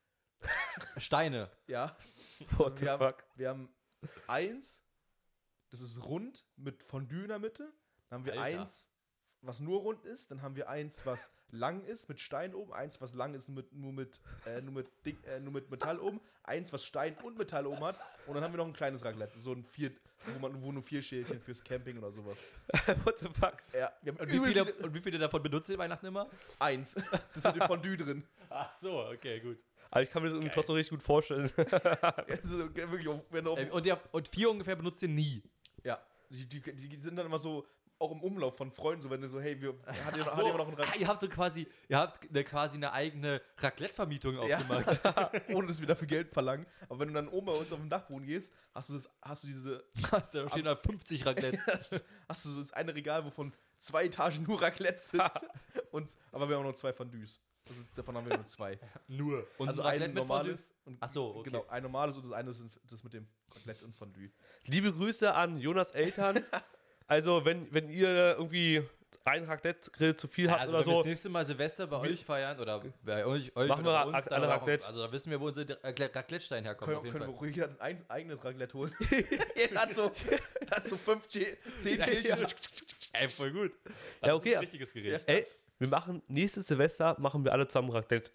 Steine. Ja. What the wir, haben, fuck? wir haben eins, das ist rund mit Fondue in der Mitte. Dann haben wir Alter. eins, was nur rund ist. Dann haben wir eins, was lang ist mit Stein oben. Eins, was lang ist mit, nur, mit, äh, nur, mit dick, äh, nur mit Metall oben. Eins, was Stein und Metall oben hat. Und dann haben wir noch ein kleines Raclette. So ein vier, wo, man, wo nur vier Schälchen fürs Camping oder sowas. What the fuck? Ja, wir haben Und wie, übel viele, viele- und wie viele davon benutzt ihr Weihnachten immer? Eins. Das ist mit dem Fondue drin. Ach so, okay, gut. Aber ich kann mir das irgendwie trotzdem richtig gut vorstellen. Also, wirklich, auf- wenn du auf, Ähm, und, ihr, und vier ungefähr benutzt ihr nie. ja, die, die, die sind dann immer so, auch im Umlauf von Freunden, so wenn du so, hey, wir, hat ihr, Ach hat so. jemand noch ein Ah, Raclette? ihr habt so quasi, ihr habt eine, quasi eine eigene Raclette-Vermietung Ja. aufgemacht. Ohne dass wir dafür Geld verlangen. Aber wenn du dann oben bei uns auf dem Dachboden gehst, hast du, das, hast du diese, Da stehen da fünfzig Raclettes. hast du so das eine Regal, wovon zwei Etagen nur Raclette sind. Und, aber wir haben auch noch zwei Fondues. Also davon haben wir nur zwei. Nur. Und also ein Raclette ein mit Fondue? normales. Und, Ach so, okay. Genau, ein normales und das eine ist das mit dem Raclette und Fondue. Liebe Grüße an Jonas Eltern. Also, wenn, wenn ihr irgendwie einen Raclette-Grill zu viel habt Also, oder wenn wir so, das nächste Mal Silvester bei euch feiern oder bei euch, euch Machen oder wir bei uns, alle dann auch- Raclette. Also da wissen wir, wo unser Raclette- Raclette-Stein herkommt. Können, Auf jeden können Fall. wir ruhig jeder ein eigenes Raclette holen. Jeder hat so, hat so fünf, zehn Schälchen. Ey, voll gut. Ja, Das okay. ist ein richtiges Gericht. ey, wir machen nächstes Silvester, machen wir alle zusammen Raclette.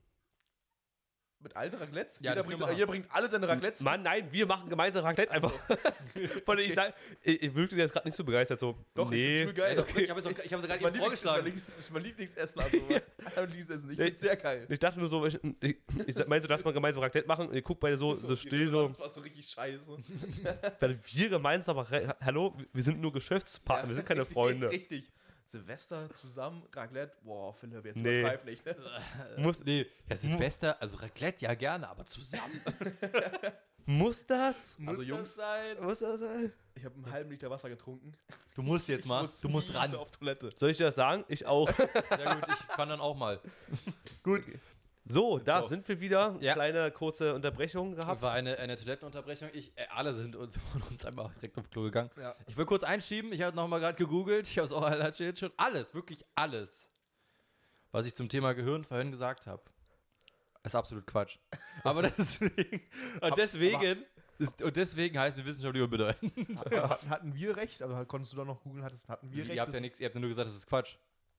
Mit allen Raclettes? Ja, jeder, das bringt, können wir jeder bringt alle seine Raclettes. Mann, nein, wir machen gemeinsam Raclette einfach. Von denen ich sage, ich, ich wirkte jetzt gerade nicht so begeistert, so, Doch, nee. ich find's geil. Ja, doch, ich habe es auch- ich habe es Das gerade ist mein eben Lieblings- vorgeschlagen. Das ist mein Lieblingsessen. Also, mein Lieblingsessen. Ich find's sehr geil. Ich dachte nur so, ich, ich, ich meine so, dass wir gemeinsam Raclette machen und ihr guckt beide so, so still, so, Das war so richtig scheiße. weil wir gemeinsam, Ra- hallo, wir sind nur Geschäftspartner, wir sind keine richtig, Freunde. Richtig. Silvester zusammen, Raclette. Boah, Philipp, jetzt Nee. übertreib nicht. Ne? Muss, Nee, ja, Silvester, also Raclette ja gerne, aber zusammen. muss das? Also, Jungs, sein? Muss das sein? ich habe einen halben Liter Wasser getrunken. Du musst jetzt mal, muss du musst ran. miese auf Toilette. Soll ich dir das sagen? Ich auch. Sehr gut, ich kann dann auch mal. Gut. So, da go. sind wir wieder. Ja. Kleine kurze Unterbrechung gehabt. War eine, eine Toilettenunterbrechung. Ich, äh, alle sind uns, von uns einfach direkt aufs Klo gegangen. Ja. Ich will kurz einschieben, ich habe nochmal gerade gegoogelt, ich habe es auch erzählt schon. Alles, wirklich alles, was ich zum Thema Gehirn vorhin gesagt habe, ist absolut Quatsch. Aber deswegen, und deswegen, ist, und deswegen heißt mir wissenschaftlich unbedeutend. Hatten, hatten wir recht? Also konntest du da noch googeln? Hattest, hatten wir recht? Ihr habt ja Das nichts, ihr habt ja nur gesagt, das ist Quatsch.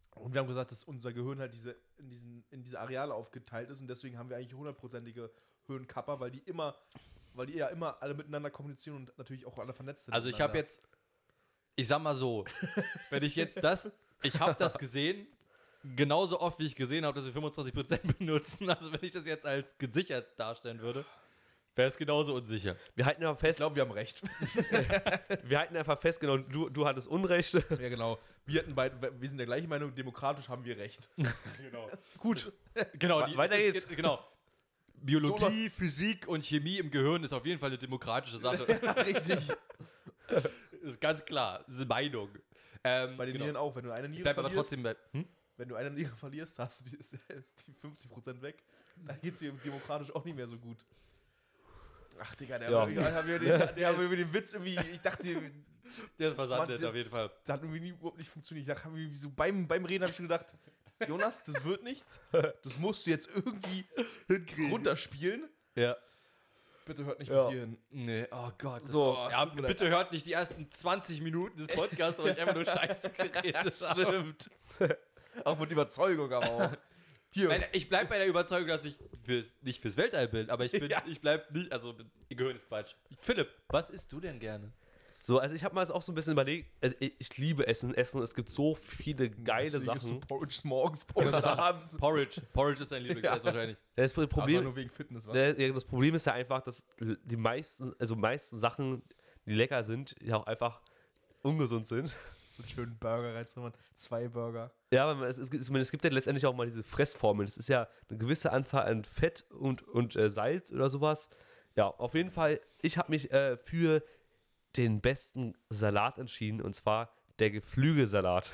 Und wir haben gesagt, dass unser Gehirn halt diese, in, diesen, in diese Areale aufgeteilt ist und deswegen haben wir eigentlich hundertprozentige Höhenkapper, weil die immer, weil die ja immer alle miteinander kommunizieren und natürlich auch alle vernetzt sind. Also ich habe jetzt, ich sag mal so, wenn ich jetzt das, ich habe das gesehen, genauso oft wie ich gesehen habe, dass wir fünfundzwanzig Prozent benutzen, also wenn ich das jetzt als gesichert darstellen würde, wäre es genauso unsicher. Wir halten einfach Ich fest, glaube, wir haben recht. wir halten einfach fest, genau, du, du hattest Unrecht. Ja, genau. Wir, hatten beid, wir sind der gleichen Meinung, demokratisch haben wir recht. Genau. Gut. Genau, We- weiter es geht's. Ist, genau. Biologie, Physik und Chemie im Gehirn ist auf jeden Fall eine demokratische Sache. Ja, richtig. Ist ganz klar, das ist Meinung. Ähm, Bei den genau. Nieren auch. Wenn du eine Niere Bleib aber verlierst, trotzdem bei. Hm? wenn du eine Niere verlierst, hast du die, ist, ist die fünfzig Prozent weg. Dann geht es dir demokratisch auch nicht mehr so gut. Ach, Digga, der Ja. hat mir hab mir den, der hat mir den Witz irgendwie, ich dachte, Der ist versandet, Mann, auf jeden Fall. das hat irgendwie nie, überhaupt nicht funktioniert. Ich dachte, hab irgendwie so beim, beim Reden habe ich schon gedacht, Jonas, das wird nichts. Das musst du jetzt irgendwie runterspielen. Ja. Bitte hört nicht Ja. bis hierhin. Nee, oh Gott. Das So, ist, es ja, tut mir bitte hört nicht die ersten zwanzig Minuten des Podcasts, wo ich einfach nur Scheiße geredet habe. Stimmt. Auch mit Überzeugung, aber auch. Hier. Nein, ich bleib bei der Überzeugung, dass ich fürs, nicht fürs Weltall bin, aber ich bin, Ja. ich bleib nicht, also ihr Gehirn ist Quatsch. Philipp, was isst du denn gerne? So, also ich habe mal auch so ein bisschen überlegt, also ich, ich liebe Essen, Essen, es gibt so viele geile Deswegen isst du Sachen. Porridge morgens, Porridge abends. Porridge. Porridge ist dein Lieblingsessen wahrscheinlich. Das Aber Problem, nur wegen Fitness, was? Ne, ja, das Problem ist ja einfach, dass die meisten, also meisten Sachen, die lecker sind, ja auch einfach ungesund sind. So einen schönen Burger reinzumachen. Zwei Burger. Ja, aber es, es, es, es gibt ja letztendlich auch mal diese Fressformel. Das ist ja eine gewisse Anzahl an Fett und, und äh, Salz oder sowas. Ja, auf jeden Fall, ich habe mich äh, für den besten Salat entschieden, und zwar der Geflügelsalat.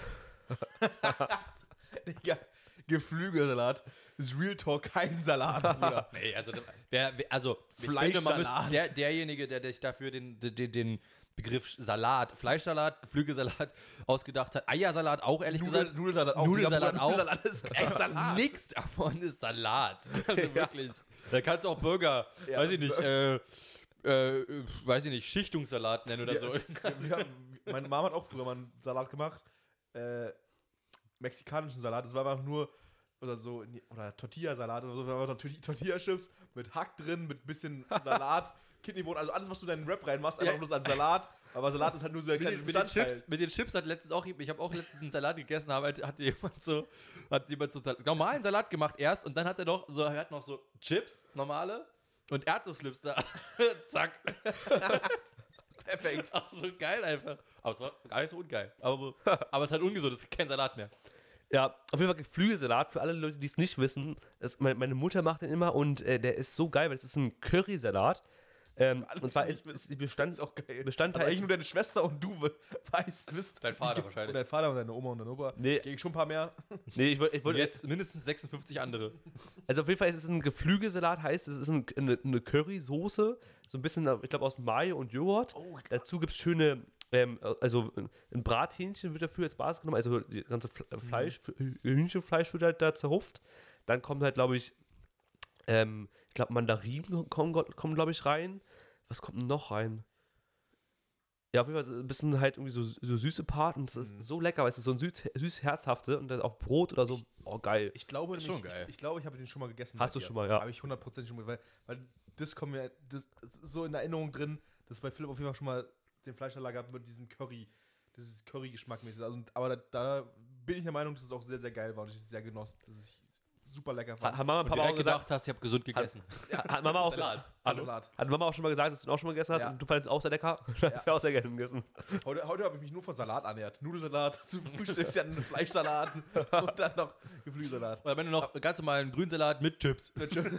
Digga, Geflügelsalat ist Real Talk kein Salat, Bruder. Nee, also, wer, wer, also ich finde, man Fleischsalat. müsste- der, derjenige, der sich dafür den, den, den Begriff Salat, Fleischsalat, Geflügelsalat ausgedacht hat, Eiersalat auch, ehrlich Nudel, gesagt. Nudelsalat auch. Nudelsalat Digga, auch. Nudelsalat ist kein Salat. Nix davon ist Salat. Also wirklich. Da kannst du auch Burger, Ja, weiß ich nicht, äh, äh, weiß ich nicht, Schichtungssalat nennen oder Ja. so. Wir haben, meine Mama hat auch früher mal einen Salat gemacht. Äh, mexikanischen Salat. Das war einfach nur, oder so, nee, oder Tortilla-Salat oder so. Das waren einfach Torti- Tortilla-Chips mit Hack drin, mit bisschen Salat, Kidneybohnen, also alles, was du in deinen Rap reinmachst, einfach Ja. bloß als Salat. Aber Salat ist halt nur so der Mit kleine den, mit, den Bestandteil. Chips, mit den Chips hat letztens auch, ich habe auch letztens einen Salat gegessen, aber hat, hat jemand so, hat jemand so Sal- normalen Salat gemacht erst und dann hat er noch so, er hat noch so Chips, normale und Erdnussflips da. Zack. Perfekt. Ach so geil einfach. Aber es war gar nicht so ungeil. Aber, aber es ist halt ungesund, es ist kein Salat mehr. Ja, auf jeden Fall Geflügelsalat, für alle Leute, die es nicht wissen. Es, meine, meine Mutter macht den immer und äh, der ist so geil, weil es ist ein Currysalat. Ähm, Alles und zwar nicht ist, ist die Das Bestand, ist auch geil. Bestandteil Also eigentlich ist- nur deine Schwester und du we- weißt, wisst. Dein Vater wie- wahrscheinlich. Und dein Vater und deine Oma und dein Opa. Nee. Gegen schon ein paar mehr. Nee, ich wollte ich Und wollt jetzt mindestens sechsundfünfzig andere. Also auf jeden Fall ist es ein Geflügelsalat, heißt es ist ein, eine, eine Currysoße, so ein bisschen, ich glaube, aus Mayo und Joghurt. Oh, Dazu gibt es schöne, ähm, also ein Brathähnchen wird dafür als Basis genommen, also die ganze Fle- Mhm. Fleisch, Hühnchenfleisch wird halt da zerhupft. Dann kommt halt, glaube ich, ähm, ich glaube, Mandarinen kommen, kommen glaube ich, rein. Was kommt denn noch rein? Ja, auf jeden Fall so ein bisschen halt irgendwie so, so süße Part und das ist Mhm. so lecker, weil es ist so ein süß, süß herzhafte und dann auf Brot oder so, oh geil. Ich glaube, Ist schon nämlich- geil. Ich, ich glaube, ich habe den schon mal gegessen. Hast bei du dir. schon mal, ja. Habe ich hundertprozentig schon mal, weil, weil das kommt mir, das, das ist so in Erinnerung drin, dass bei Philipp auf jeden Fall schon mal den Fleischsalat gab mit diesem Curry, dieses Curry-Geschmack mäßig. Also, aber da, da bin ich der Meinung, dass es auch sehr, sehr geil war und ich es sehr genossen, dass ich super lecker fand. Hat, hat Mama und Und Papa auch direkt gesagt, gedacht hast, ich habe gesund gegessen. hat, hat Mama auch Salat. Hallo? Salat. Hat Mama auch schon mal gesagt, dass du ihn auch schon mal gegessen hast Ja. und du fandest es auch sehr lecker? Du hast ja auch sehr gerne gegessen. Heute, heute habe ich mich nur von Salat ernährt. Nudelsalat, zum Frühstück, dann Fleischsalat und dann noch Geflügelsalat. Oder wenn du noch ganz normalen Grünsalat mit Chips.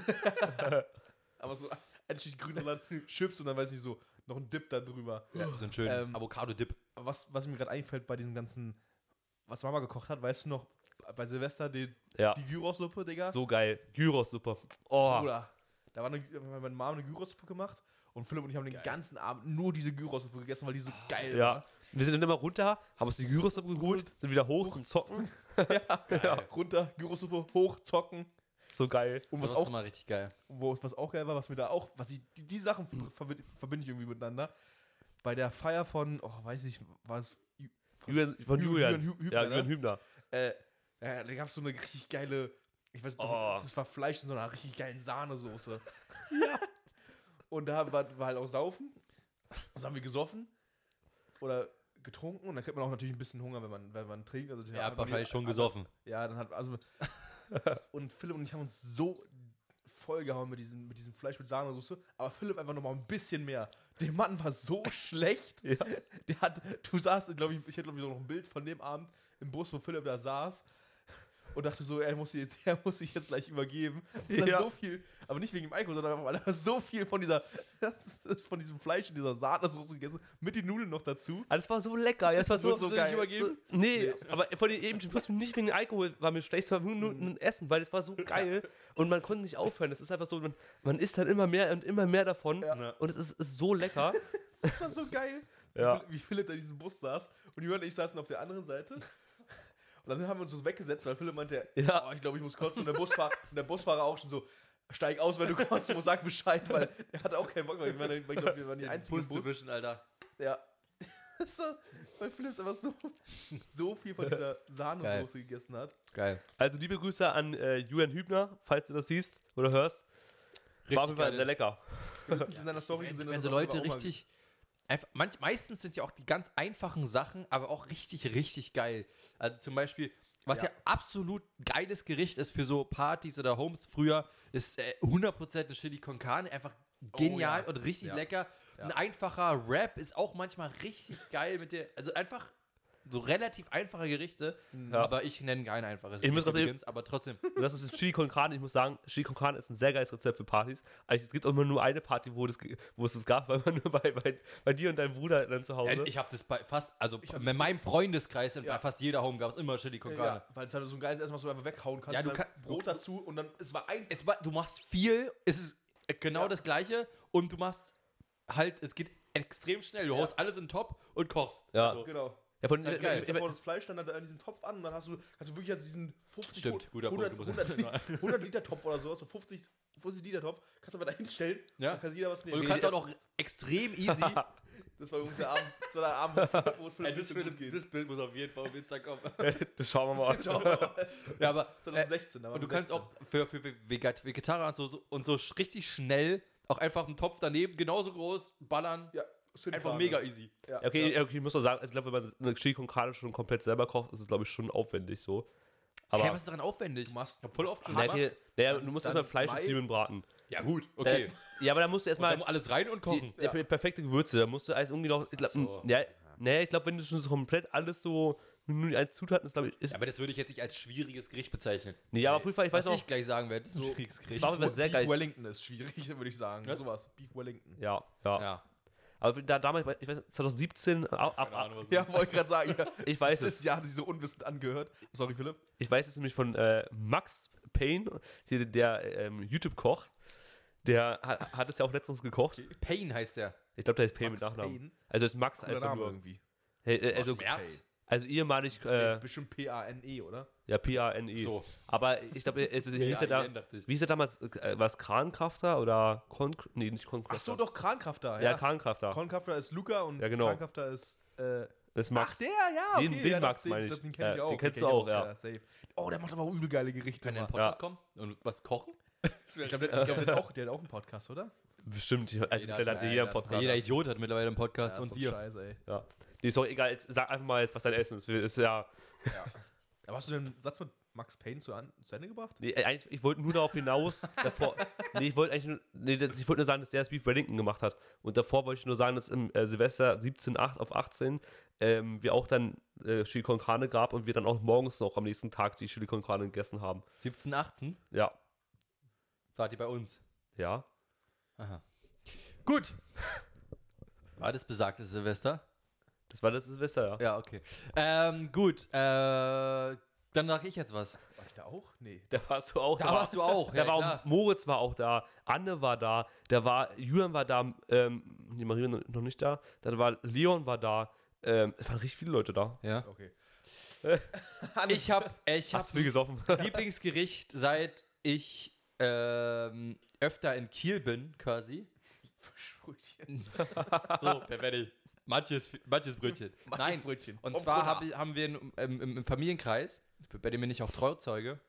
Aber so eigentlich Grünsalat, Chips und dann weiß ich so, noch ein Dip da drüber. Ja, so einen schönen Ähm, Avocado-Dip. Was, was mir gerade einfällt bei diesen ganzen, was Mama gekocht hat, weißt du noch, bei Silvester die, Ja, die Gyros-Suppe, Digga? so geil. Gyros, super. Oh, Bruder, da war eine, hat meine Mama eine Gyros-Suppe gemacht und Philipp und ich haben den Geil. ganzen Abend nur diese Gyros-Suppe gegessen, weil die so geil ja. war. Wir sind dann immer runter, haben uns die Gyros geholt, sind wieder hoch zum Zocken. Ja, runter, Gyros-Suppe, hoch, zocken. So geil. Und Das was ist auch, mal richtig geil. wo, was auch geil war, was mir da auch, was ich, die, die Sachen verbinde verbind ich irgendwie miteinander. Bei der Feier von, oh, weiß ich, war es Julian, von Jü- Julian. Julian Hü- Hübner, ja, ne? Julian Hübner. äh, Ja, da gab es so eine richtig geile, ich weiß nicht, Oh. das war Fleisch in so einer richtig geilen Sahnesoße. Ja. Und da war, war halt auch Saufen. Das haben wir gesoffen oder getrunken und dann kriegt man auch natürlich ein bisschen Hunger, wenn man, wenn man trinkt. Also Er hat wahrscheinlich schon gesoffen. Ja, dann hat, also, und Philipp und ich haben uns so vollgehauen mit diesem, mit diesem Fleisch mit Sahnesoße, aber Philipp einfach nochmal ein bisschen mehr. Der Mann war so schlecht. Ja. Der hat, du saßt, glaube ich, ich hätte glaube ich noch ein Bild von dem Abend im Bus, wo Philipp da saß und dachte so, er muss sich jetzt, er muss sich jetzt gleich übergeben. Und dann Ja. so viel, aber nicht wegen dem Alkohol, sondern einfach, weil er so viel von dieser, von diesem Fleisch und dieser Sahnesoße gegessen, mit den Nudeln noch dazu. Ah, das war so lecker. Ja, das war so, musst du so nicht übergeben. So, nee, aber von den eben, ich musste nicht wegen Alkohol, war mir schlecht, es war nur, nur ein Essen, weil es war so geil und man konnte nicht aufhören. Es ist einfach so, man, man isst dann immer mehr und immer mehr davon Ja. und es ist, ist so lecker. Das war so geil. Ja. Wie Philipp da in diesem Bus saß und Jürgen und ich saßen auf der anderen Seite. Und dann haben wir uns so weggesetzt, weil Philipp meinte, Ja. oh, ich glaube, ich muss kotzen. Und der Busfahrer, und der Busfahrer auch schon so, steig aus, wenn du kotzen musst, sag Bescheid, weil er hatte auch keinen Bock, weil ich, meine, weil ich glaube, wir waren die einzigen im Bus Bus. zu wischen, Alter. Ja. So, weil Philipp einfach so, so viel von dieser Sahnesoße gegessen hat. Geil. Also liebe Grüße an äh, Julian Hübner, falls du das siehst oder hörst. War auf jeden Fall geile- sehr lecker. Ich habe letztens in deiner Story gesehen, Wenn, wenn dass so das Leute auch mal- richtig. Einfach, manch, meistens sind ja auch die ganz einfachen Sachen, aber auch richtig, richtig geil. Also zum Beispiel, was ja, Ja. absolut geiles Gericht ist für so Partys oder Homes früher, ist äh, hundert Prozent eine Chili con Carne. Einfach genial ja. und richtig Ja. lecker. Ja. Ein einfacher Wrap ist auch manchmal richtig geil mit der. Also einfach so relativ einfache Gerichte, Ja. aber ich nenne kein einfaches Ich muss Gericht das eben- übrigens, aber trotzdem. Und das ist das Chili con Carne. Ich muss sagen, Chili con Carne ist ein sehr geiles Rezept für Partys. Also es gibt auch immer nur eine Party, wo, das, ge- wo es das gab, weil man nur bei, bei, bei dir und deinem Bruder dann zu Hause. Ja, ich habe das bei fast, also hab- in meinem Freundeskreis und Ja. bei fast jeder Home gab es immer Chili con Carne. Ja, weil es halt so ein geiles Essen, was du einfach weghauen kannst. Ja, du dann kann- Brot dazu und dann, es war ein Es war, du machst viel, es ist genau Ja. das Gleiche und du machst halt, es geht extrem schnell. Du Ja. haust alles in den Topf und kochst. Ja. Also, Genau. ja, von, ist halt äh, geil. Du setzt das Fleisch dann da in diesen Topf an und dann hast du, hast du wirklich also diesen fünfzig, Stimmt, guter Punkt, hundert, du musst- hundert, hundert Liter Topf oder so, so fünfzig, fünfzig Liter Topf, kannst du aber da hinstellen, Ja. dann kann jeder was und nehmen. du kannst auch noch extrem easy. Das war übrigens der Abend, das war der Abend, wo es Philipp nicht so gut geht. Bild muss auf jeden Fall auf Insta kommen. das schauen wir mal. Schau mal. Ja, aber äh, zwanzig sechzehn, da waren und du wir kannst sechzehn. auch für, für Veget Vegetarier und so, so und so sch- richtig schnell auch einfach einen Topf daneben, genauso groß, ballern. Ja, Einfach mega easy. Ja, Okay, ja. okay, ich muss doch sagen, also ich glaube, wenn man eine Chili con Carne schon komplett selber kocht, ist es, glaube ich, schon aufwendig so. Aber, Hey, was ist daran aufwendig? Du machst Ich hab voll oft schon naja, gemacht. okay, naja, du musst Dann erstmal Fleisch und Mai. Zwiebeln braten. Ja gut, Äh, okay. ja, aber da musst du Und dann erstmal alles rein und kochen. die, die perfekte Gewürze, da musst du alles irgendwie noch, ich glaub, so. ja, naja, ich glaube, wenn du schon so komplett alles so, nur die Zutaten ist, glaube ich, ist, Ja, aber das würde ich jetzt nicht als schwieriges Gericht bezeichnen. nee, aber auf jeden Fall, ich weiß Was noch, ich gleich sagen werde, das ist ein So- schwieriges es Gericht. war auf jeden Fall sehr Beef geil. Wellington ist schwierig, würde ich sagen. Was? Sowas, Beef Wellington. Ja, ja, Ja. aber da damals, ich weiß, zwanzig siebzehn, ab, ab, ab, was Ja, wollte ich gerade sagen. Ja, Ich weiß das Jahr hat sich so unwissend angehört. Sorry, Philipp. ich weiß es nämlich von äh, Max Payne, der, der ähm, YouTube-Koch, der hat, hat es ja auch letztens gekocht. Pain heißt der. Ich glaube, der ist Payne Max mit Nachnamen. Payne? Also ist Max Cooler einfach Name nur. irgendwie. Hey, äh, also, Schmerz? also ehemalig, äh, Bestimmt P A N E, oder? ja, P A N E. So. Aber ich glaube, es ist, hieß ja da, Ja, dachte ich. wie hieß er damals, äh, war es Krankrafter oder Kon nee, nicht Ach Krankrafter. so, doch, Krankrafter. Ja, Ja, Krankrafter. Krankrafter ist Luca und Ja, genau. Krankrafter ist. Äh, Das ist Max. Ach, der, ja. Den- Okay, den ja, Max den, meine ich. das- Den kenn ich Ja, auch. den kennst kenn du ich auch, ja. safe. Oh, der macht aber auch übel geile Gerichte. Kann der in Mann. den Podcast Ja. kommen und was kochen? Ich glaube, der, ich glaub, der, hat auch- der hat auch einen Podcast, oder? Bestimmt. Ich, also Jeder mittlerweile hat- hat ja ja, jeder ja, einen Podcast. Jeder Idiot hat mittlerweile einen Podcast Ja, ist und doch wir. Scheiße, ey. Ja. Nee, ist doch egal. Jetzt sag einfach mal, jetzt, was dein Essen ist. Ist ja. Aber hast du den Satz mit Max Payne zu, an, zu Ende gebracht? Nee, eigentlich, ich wollte nur darauf hinaus, davor, nee, ich wollte eigentlich nur, nee, das- ich wollte nur sagen, dass der das Beef Wellington gemacht hat. Und davor wollte ich nur sagen, dass im äh, Silvester siebzehn acht auf achtzehn ähm, wir auch dann äh, Chili con Carne gab und wir dann auch morgens noch am nächsten Tag die Chili con Carne gegessen haben. siebzehn, achtzehn Ja. wart ihr bei uns. Ja. Aha. Gut. War das besagte Silvester? Das war das Silvester, ja. Ja, okay. Ähm, gut. Äh, dann sag ich jetzt was. War ich da auch? Nee. Da warst du auch Da warst du auch. Da ja, war klar. auch, Moritz war auch da, Anne war da, da war, Julian war da, ähm, die Maria noch nicht da, dann war Leon war da, ähm, es waren richtig viele Leute da. Ja. Okay. Ich habe ich hab Hast du viel gesoffen? ein Lieblingsgericht, seit ich ähm, öfter in Kiel bin, quasi. Brötchen. So, Perfetti. Manches, manches Brötchen. Nein, Brötchen. und Vom zwar Kutter. hab, ich- haben wir in, im, im, im Familienkreis, bei dem bin ich auch Trauzeuge,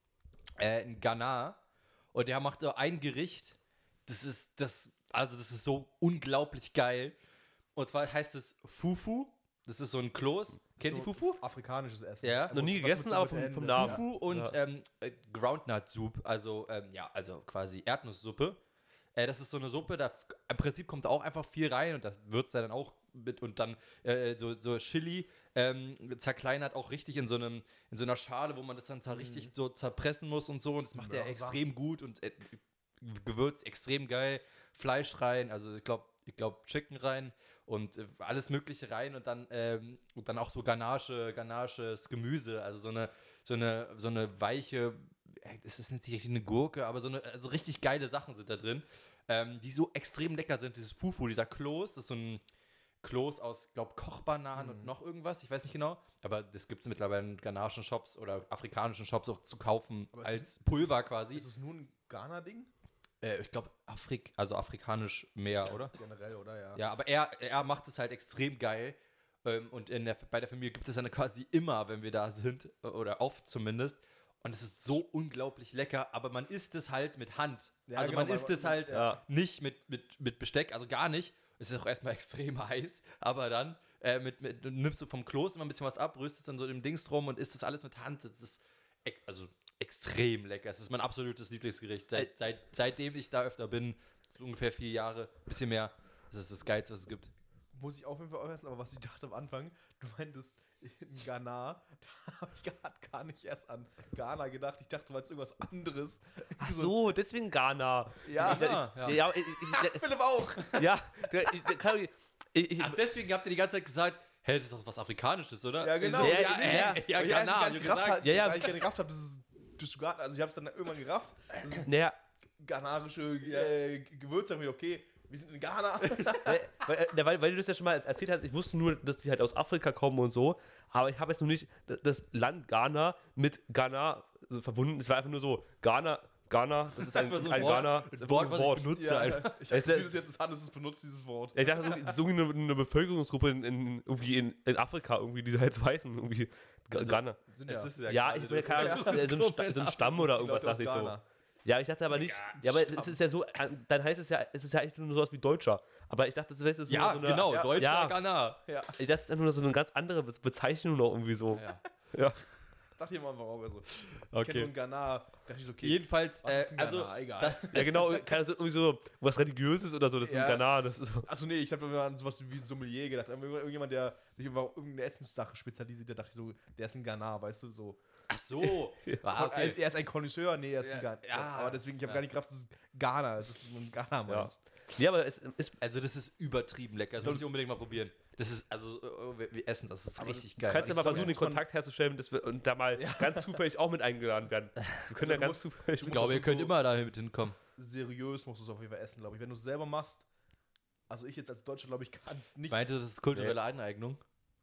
äh, in Ghana. Und der macht so ein Gericht, das ist das, also das ist so unglaublich geil. Und zwar heißt es Fufu. Das ist so ein Kloß. Kennt so ihr Fufu? Afrikanisches Essen. Ja. Da Noch muss- nie was gegessen, mit so aber mit vom- Händen. vom Namen. Fufu und Ja. ähm, äh, Groundnut Soup, also ähm, ja, also quasi Erdnusssuppe. Äh, das ist so eine Suppe, da f- im Prinzip kommt da auch einfach viel rein und da würzt er dann auch mit und dann äh, so, so Chili ähm, zerkleinert auch richtig in so einem in so einer Schale, wo man das dann zer- richtig so zerpressen muss und so und das macht er Mörser. extrem gut und äh, Gewürz extrem geil, Fleisch rein, also ich glaube ich glaube Chicken rein und äh, alles mögliche rein und dann ähm, und dann auch so Ganache, Ganaches Gemüse, also so eine so eine so eine weiche, äh, es ist nicht richtig eine Gurke, aber so eine also richtig geile Sachen sind da drin, ähm, die so extrem lecker sind. Dieses Fufu, dieser Kloß, das ist so ein Kloß aus, glaube Kochbananen und noch irgendwas, ich weiß nicht genau, aber das gibt es mittlerweile in ghanaischen Shops oder afrikanischen Shops auch zu kaufen Aber es als Pulver quasi. Ist es nur ein Ghana-Ding? Äh, ich glaube Afrik, also afrikanisch mehr, oder? Generell, oder? Ja. Ja, aber er, er macht es halt extrem geil. Ähm, und in der, bei der Familie gibt es dann quasi immer, wenn wir da sind, äh, oder oft zumindest. Und es ist so unglaublich lecker, aber man isst es halt mit Hand. Ja, also genau, man weil isst man- es halt ja. nicht mit, mit, mit Besteck, also gar nicht. Es ist auch erstmal extrem heiß, aber dann äh, mit, mit, nimmst du vom Kloß immer ein bisschen was ab, rührst es dann so im Dings drum und isst das alles mit Hand. Das ist ex- also extrem lecker. Es ist mein absolutes Lieblingsgericht. Seit, seit, seitdem ich da öfter bin, so ungefähr vier Jahre, ein bisschen mehr. Das ist das Geilste, was es gibt. Muss ich auf jeden Fall auch essen, aber was ich dachte am Anfang, du meintest in Ghana, da habe ich gar, gar nicht erst an Ghana gedacht. Ich dachte, du meinst irgendwas anderes. Ach so, deswegen Ghana. Ja, ich, ich, ja. ja. ja, ich, ich, Philipp auch. ja, ich, ich, kann ich, ich, ich, Ach, deswegen habt ihr die ganze Zeit gesagt, hey, das ist doch was Afrikanisches, oder? Ja, genau. Ich So, Ja, ja, ja, äh, ja. ja, Weil ich Ghana, eigentlich hab gar ich nicht gesagt. gerafft habe, Ja, ja. weil ich gar nicht gerafft habe, das ist, das ist Ghana. Also ich habe es dann irgendwann gerafft. Das ist naja, ghanarische äh, Gewürze. Hab ich, okay, wir sind in Ghana. weil, weil, äh, weil, weil du das ja schon mal erzählt hast, ich wusste nur, dass die halt aus Afrika kommen und so, aber ich habe jetzt noch nicht das- das Land Ghana mit Ghana so verbunden. Es war einfach nur so, Ghana, Ghana, das ist ein, Einfach so ein ein Wort- Ghana, ein das ist einfach Wort, ein was ich Wort. benutze. ja, einfach. ich habe Es das ist- Gefühl, dass jetzt das Hannes es benutzt, dieses Wort. Ja, ich dachte, so- so eine, eine Bevölkerungsgruppe in, in, irgendwie in, in Afrika, irgendwie, die halt so heißen, irgendwie G- Also, Ghana. Sind Es ja. ist Ja, quasi ich bin ja das- keine Ahnung, Ja. so ein, Sta so ein Stamm oder Die irgendwas, Leute aus dachte ich so. Ghana. Ja, ich dachte aber nicht, ja, aber es ist ja so, äh, dann heißt es ja, es ist ja eigentlich nur sowas wie Deutscher. Aber ich dachte, das wäre so Ja, so eine, genau, ja, Deutscher ja. Ghana. Ja, Ich dachte, das ist einfach nur so eine ganz andere Be- Bezeichnung noch irgendwie so. Ja. Ja. dachte ich mal, warum so. Ich Okay. kenne nur in Ghana. Dachte ich so, okay. Jedenfalls, Was äh, ist denn also, Ghana? Egal. das, Ja, das genau, ist, keine, so, irgendwie so was Religiöses oder so, das ist Ja. in Ghana, das ist so. Achso, nee, ich habe mir an sowas wie ein Sommelier gedacht. Aber Irgendjemand, der sich über irgendeine Essenssache spezialisiert, der dachte ich so, der ist in Ghana, weißt du, so. ach so. Ah, okay. Er ist ein Connoisseur, nee, er ist Ja, in Ghana. ja. Aber deswegen, ich habe Ja. gar nicht gedacht, das ist Ghana, das ist ein Ghana, Ja. meinst. Ja, aber es ist, Also das ist übertrieben lecker. Das muss ich unbedingt mal probieren. Das ist, also, äh, wir, wir essen, das ist Aber richtig du geil. kannst ja ich mal glaub, versuchen, ja, den Kontakt herzustellen dass wir, und da mal Ja. ganz zufällig auch mit eingeladen werden. Wir können ja du ganz musst- zufällig. ich glaube, ihr so- könnt immer da mit hinkommen. Seriös musst du es auf jeden Fall essen, glaube ich. Wenn du es selber machst, also ich jetzt als Deutscher, glaube ich, kann es nicht. Meinte, das ist kulturelle Aneignung?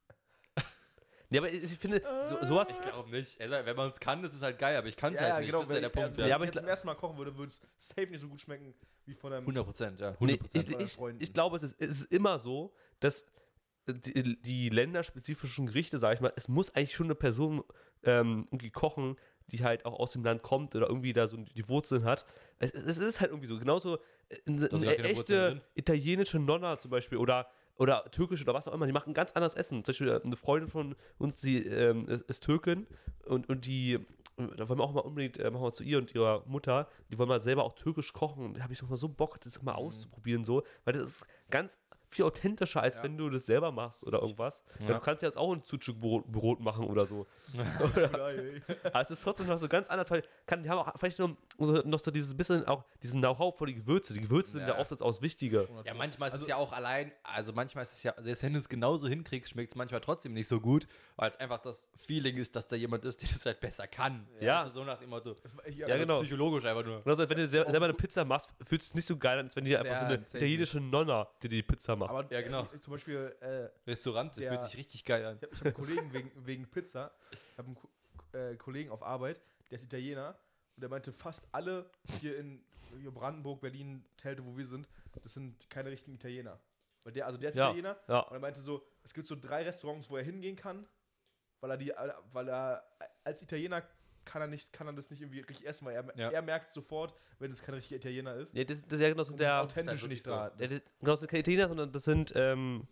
Ja, aber ich finde, so, sowas. Ich glaube nicht. Also, wenn man es kann, das ist halt geil, aber ich kann es ja, halt ja, nicht. genau. Das ist ja wenn der ich, Punkt. also, Ja. wenn Ja, aber ich ich jetzt zum ersten Mal kochen würde, würde es safe nicht so gut schmecken wie von einem. hundert Prozent, ja. Nee, hundert Prozent. ich, von deinen ich, Freunden. ich glaube, es ist, es ist immer so, dass die, die länderspezifischen Gerichte, sage ich mal, es muss eigentlich schon eine Person ähm, irgendwie kochen, die halt auch aus dem Land kommt oder irgendwie da so die Wurzeln hat. Es, es ist halt irgendwie so. Genauso äh, eine, Dass eine gar keine Wurzeln echte sind. italienische Nonna zum Beispiel oder, oder türkische oder was auch immer, die machen ganz anderes Essen. Zum Beispiel äh, eine Freundin von uns, die ähm, ist, ist Türkin und, und die, da wollen wir auch mal unbedingt, äh, machen wir zu ihr und ihrer Mutter, die wollen mal selber auch türkisch kochen. Und da habe ich noch mal so Bock, das mal auszuprobieren, so, weil das ist ganz viel authentischer, als Ja. wenn du das selber machst oder irgendwas. Ja. Ja. Du kannst ja jetzt auch ein Sucuk-Brot Brot machen oder so. Geil, ey. Aber es ist trotzdem noch so ganz anders, weil kann, die haben auch vielleicht noch, noch so dieses bisschen auch diesen Know-how vor die Gewürze. Die Gewürze sind ja Ja. oft das aus Wichtige. Ja, manchmal ist Also- es ja auch allein, also manchmal ist es ja, selbst wenn du es genauso hinkriegst, schmeckt es manchmal trotzdem nicht so gut, weil es einfach das Feeling ist, dass da jemand ist, der das halt besser kann. Ja. Also so nach dem Motto. Das war- ich- Ja, also genau. Psychologisch einfach nur. Genauso, wenn du sel- selber eine Pizza machst, fühlt es nicht so geil an, als wenn dir einfach Ja, so eine safe italienische Nonna, die die Pizza macht. Aber Ja, genau. ich, zum Beispiel, äh, Restaurant, das Der- fühlt sich richtig geil an. ich habe hab einen Kollegen wegen, wegen Pizza. Ich habe einen Ko äh, Kollegen auf Arbeit, der ist Italiener. Und der meinte, fast alle hier in hier Brandenburg, Berlin, Telte, wo wir sind, das sind keine richtigen Italiener. Weil der, also der ist Ja, Italiener. ja. Und er meinte so, es gibt so drei Restaurants, wo er hingehen kann, weil er die, weil er als Italiener kann er nicht, kann er das nicht irgendwie richtig essen, weil er, Ja. er merkt sofort, wenn es kein richtiger Italiener ist. Nee, das, das ist ja genau so Und das ist der. authentisch wirklich nicht so. da. der, der genau, das sind keine Italiener, sondern das sind ähm,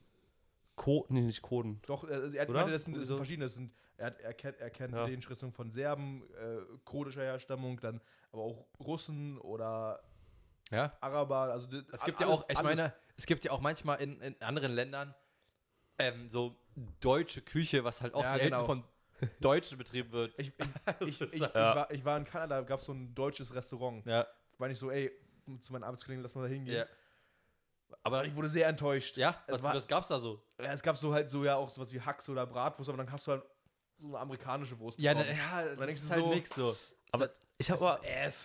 Co nee, nicht Coden. Doch, also er Oder? meinte, das sind, das sind So. verschiedene. Das sind, er, hat, er kennt, er kennt Ja. den Richtungen von Serben, äh, kurdischer Herstammung, dann aber auch Russen oder Ja. Araber. Also das- Es gibt ja alles- auch, ich alles. meine, es gibt ja auch manchmal in, in anderen Ländern ähm, so deutsche Küche, was halt auch Ja, selten genau. von Deutschen betrieben wird. Ich, ich, Das ich, ist- ich, ich, ja. war, ich war in Kanada, da gab es so ein deutsches Restaurant. Ja. War nicht so, ey, zu meinen Arbeitskollegen, lass mal da hingehen. ja. Aber Ich wurde sehr enttäuscht. ja, es was, war- was gab's da so? Ja, es gab so halt so ja auch sowas wie Hax oder Bratwurst, aber dann hast du halt so eine amerikanische Wurst Ja, bekommen. ne, ja, dann das denkst ist du halt so- nix so. Aber ich habe aber, Ass.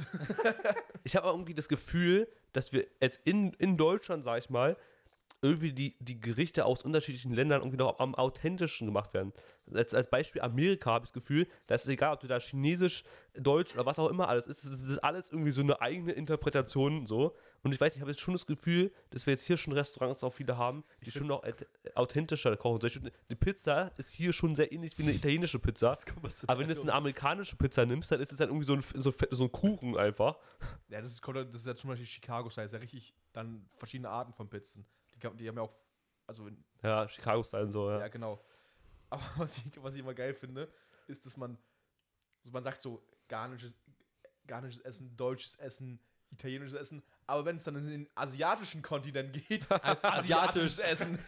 ich hab aber irgendwie das Gefühl, dass wir jetzt in, in Deutschland, sag ich mal, irgendwie die, die Gerichte aus unterschiedlichen Ländern irgendwie noch am authentischen gemacht werden. Als, als Beispiel Amerika habe ich das Gefühl, da ist es egal, ob du da Chinesisch, Deutsch oder was auch immer alles ist, es ist alles irgendwie so eine eigene Interpretation so. Und ich weiß, ich habe jetzt schon das Gefühl, dass wir jetzt hier schon Restaurants auch viele haben, die schon noch aut- authentischer kochen. Zum Beispiel die Pizza ist hier schon sehr ähnlich wie eine italienische Pizza. Aber wenn du jetzt eine amerikanische Pizza nimmst, dann ist es dann irgendwie so ein, so, so ein Kuchen einfach. Ja, das ist, das ist ja zum Beispiel Chicago-Style, ist ja richtig dann verschiedene Arten von Pizzen. Die, kann- die haben ja auch, also in, Ja, Chicago-Style so, ja. ja genau. Aber was ich, was ich immer geil finde, ist, dass man, also man sagt so garnisches, garnisches Essen, deutsches Essen, italienisches Essen, aber wenn es dann in den asiatischen Kontinent geht, Als asiatisches Essen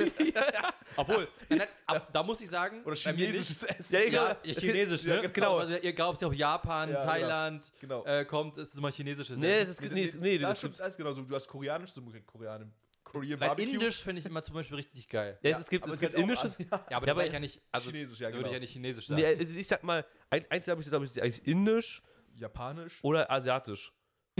Obwohl, ja, nein, ab, da muss ich sagen, oder bei mir chinesisches nicht. Essen. Ja, Ja, genau. ja, Es chinesisch, gibt- ne? ja, genau. Also, egal, ob es auch Japan, Ja, genau. Thailand Genau. äh, kommt, ist es immer chinesisches Nee, Essen. das gibt nee, nee, das das stimmt, gibt, alles genau so. Du hast koreanisch, so Koreanisch, Korean Weil Barbecue. indisch finde ich immer zum Beispiel richtig geil. ja, es, es gibt, aber es gibt auch indisches. Asi- Ja, aber Ja, das aber sag ich ja nicht, also Chinesisch, ja, da würde ich genau. ja nicht chinesisch sagen. Nee, also ich sag mal, eigentlich eigentlich glaube ich, glaub ich, ist eigentlich indisch Japanisch. oder asiatisch.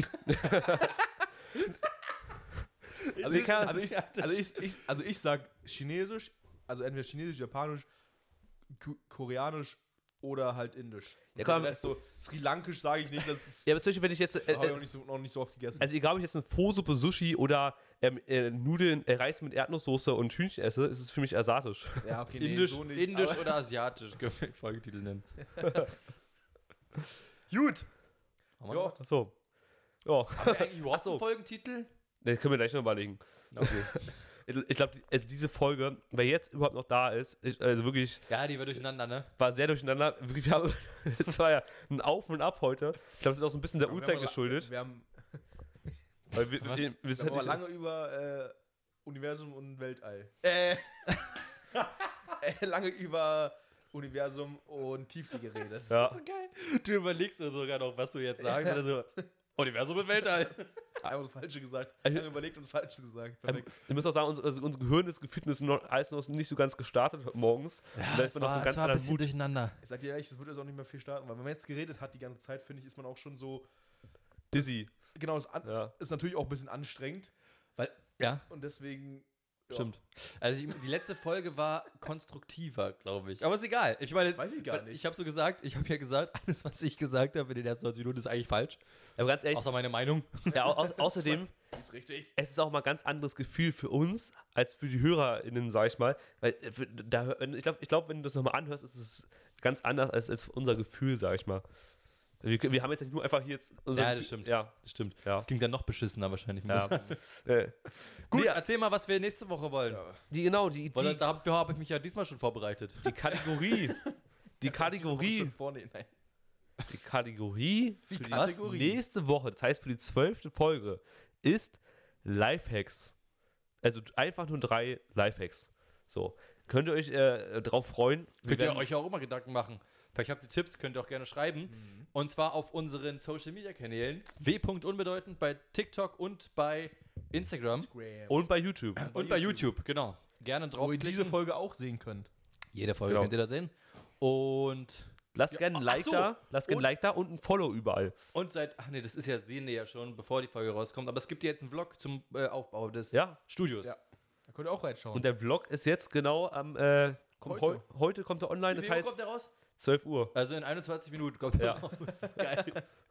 Also Nee, ich, kann- also, ich, also, ich, ich, also ich sag Chinesisch, also entweder Chinesisch, Japanisch, Ku- Koreanisch oder halt Indisch. Ja, Und komm, der Rest so Sri Lankisch sage ich nicht, das ist, Ja, aber zum Beispiel, wenn ich jetzt. Äh, habe ich noch äh, nicht, so, noch nicht so oft gegessen. also egal, ob ich jetzt eine Pho-Suppe, Sushi oder ähm, äh, Nudeln, äh, Reis mit Erdnusssoße und Hühnchen esse, ist es für mich asiatisch. ja, okay, Indisch- so nicht. Indisch aber- oder asiatisch, können wir Folgetitel nennen. Gut. Haben wir Ja, noch? Achso. Ja, Haben wir eigentlich überhaupt Ach so. einen Folgentitel? das können wir gleich noch überlegen. Okay. Ich, ich glaube, also diese Folge, wer jetzt überhaupt noch da ist, ich, also wirklich, Ja, die war durcheinander, ne? war sehr durcheinander. Wirklich, wir haben, es war ja ein Auf und Ab heute. Ich glaube, es ist auch so ein bisschen der wir haben Uhrzeit aber- geschuldet. Wir haben, Weil wir, Was? wir, wir wir sind haben aber nicht, lange über äh, Universum und Weltall. Äh, äh, lange über Universum und Tiefsee geredet. ja. So geil. Du überlegst dir sogar noch, was du jetzt sagst. Also, Universum mit Weltall. Einfach das Falsche gesagt. Also- Lange überlegt und das Falsche gesagt. Ähm, Perfekt. Ich muss auch sagen, unser, also unser Gehirn ist gefühlt, ist noch, alles noch nicht so ganz gestartet heute morgens. Und da ist man noch so ganz anderen Mut. durcheinander. Ich sag dir ehrlich, das wird jetzt auch nicht mehr viel starten, weil wenn man jetzt geredet hat die ganze Zeit, finde ich, ist man auch schon so. Dizzy. Genau, das an, Ja. ist natürlich auch ein bisschen anstrengend Weil, ja, und deswegen. Ja, stimmt. Also ich, die letzte Folge war konstruktiver, glaube ich. Aber ist egal. Ich meine, Weiß ich gar nicht. ich habe so gesagt, ich habe ja gesagt, alles, was ich gesagt habe in den ersten neunzig Minuten, ist eigentlich falsch. Aber ganz ehrlich, Außer meine Meinung. ja, au, au, außerdem, Ist richtig. es ist auch mal ein ganz anderes Gefühl für uns, als für die HörerInnen, sag ich mal. Weil, äh, für, da, wenn- ich glaube, ich glaub, wenn du das nochmal anhörst, ist es ganz anders als, als unser Gefühl, sag ich mal. Wir, wir haben jetzt nicht nur einfach hier jetzt. unser Ja, Gefühl- das stimmt. Ja, Das stimmt. Ja. Das klingt dann noch beschissener wahrscheinlich. ja. äh, Gut, nee, erzähl mal, was wir nächste Woche wollen. Ja. die, genau, die, Weil die, da habe hab ich mich ja diesmal schon vorbereitet. die Kategorie. Die Kategorie. Schon vorne, nein. Die Kategorie Die für die Kategorie. nächste Woche, das heißt für die zwölfte Folge, ist Lifehacks. Also einfach nur drei Lifehacks. So. Könnt ihr euch äh, drauf freuen? Wir Könnt ihr werden- euch auch immer Gedanken machen. Vielleicht habt ihr Tipps, könnt ihr auch gerne schreiben. Und zwar auf unseren Social Media Kanälen w. unbedeutend bei TikTok und bei Instagram. Und bei YouTube. Und bei YouTube, genau. Gerne Wo ihr draufklicken. diese Folge auch sehen könnt. Jede Folge Genau. könnt ihr da sehen. Und, Lasst Ja, gerne ein ach Like so. da, lasst gerne ein Und- Like da und ein Follow überall. und seit, ach nee, das ist ja, sehen wir ja schon, bevor die Folge rauskommt. Aber es gibt jetzt einen Vlog zum äh, Aufbau des Ja. Studios. Ja. Da könnt ihr auch reinschauen. Und der Vlog ist jetzt genau am äh, kommt Heute. heu heute kommt er online, Wie das viel Uhr heißt kommt der raus? zwölf Uhr. Also in einundzwanzig Minuten kommt der Ja. raus. Das ist geil.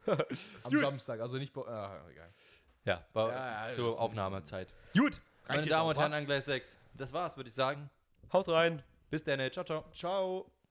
Am Gut. Samstag, also nicht bei. Ah, egal. Ja, bei, Ja, ja, zur das- Aufnahmezeit. Gut, meine jetzt Damen auch, und wa? Herren, an Gleis sechs. Das war's, würde ich sagen. Haut rein. Bis dann, ciao, ciao. Ciao.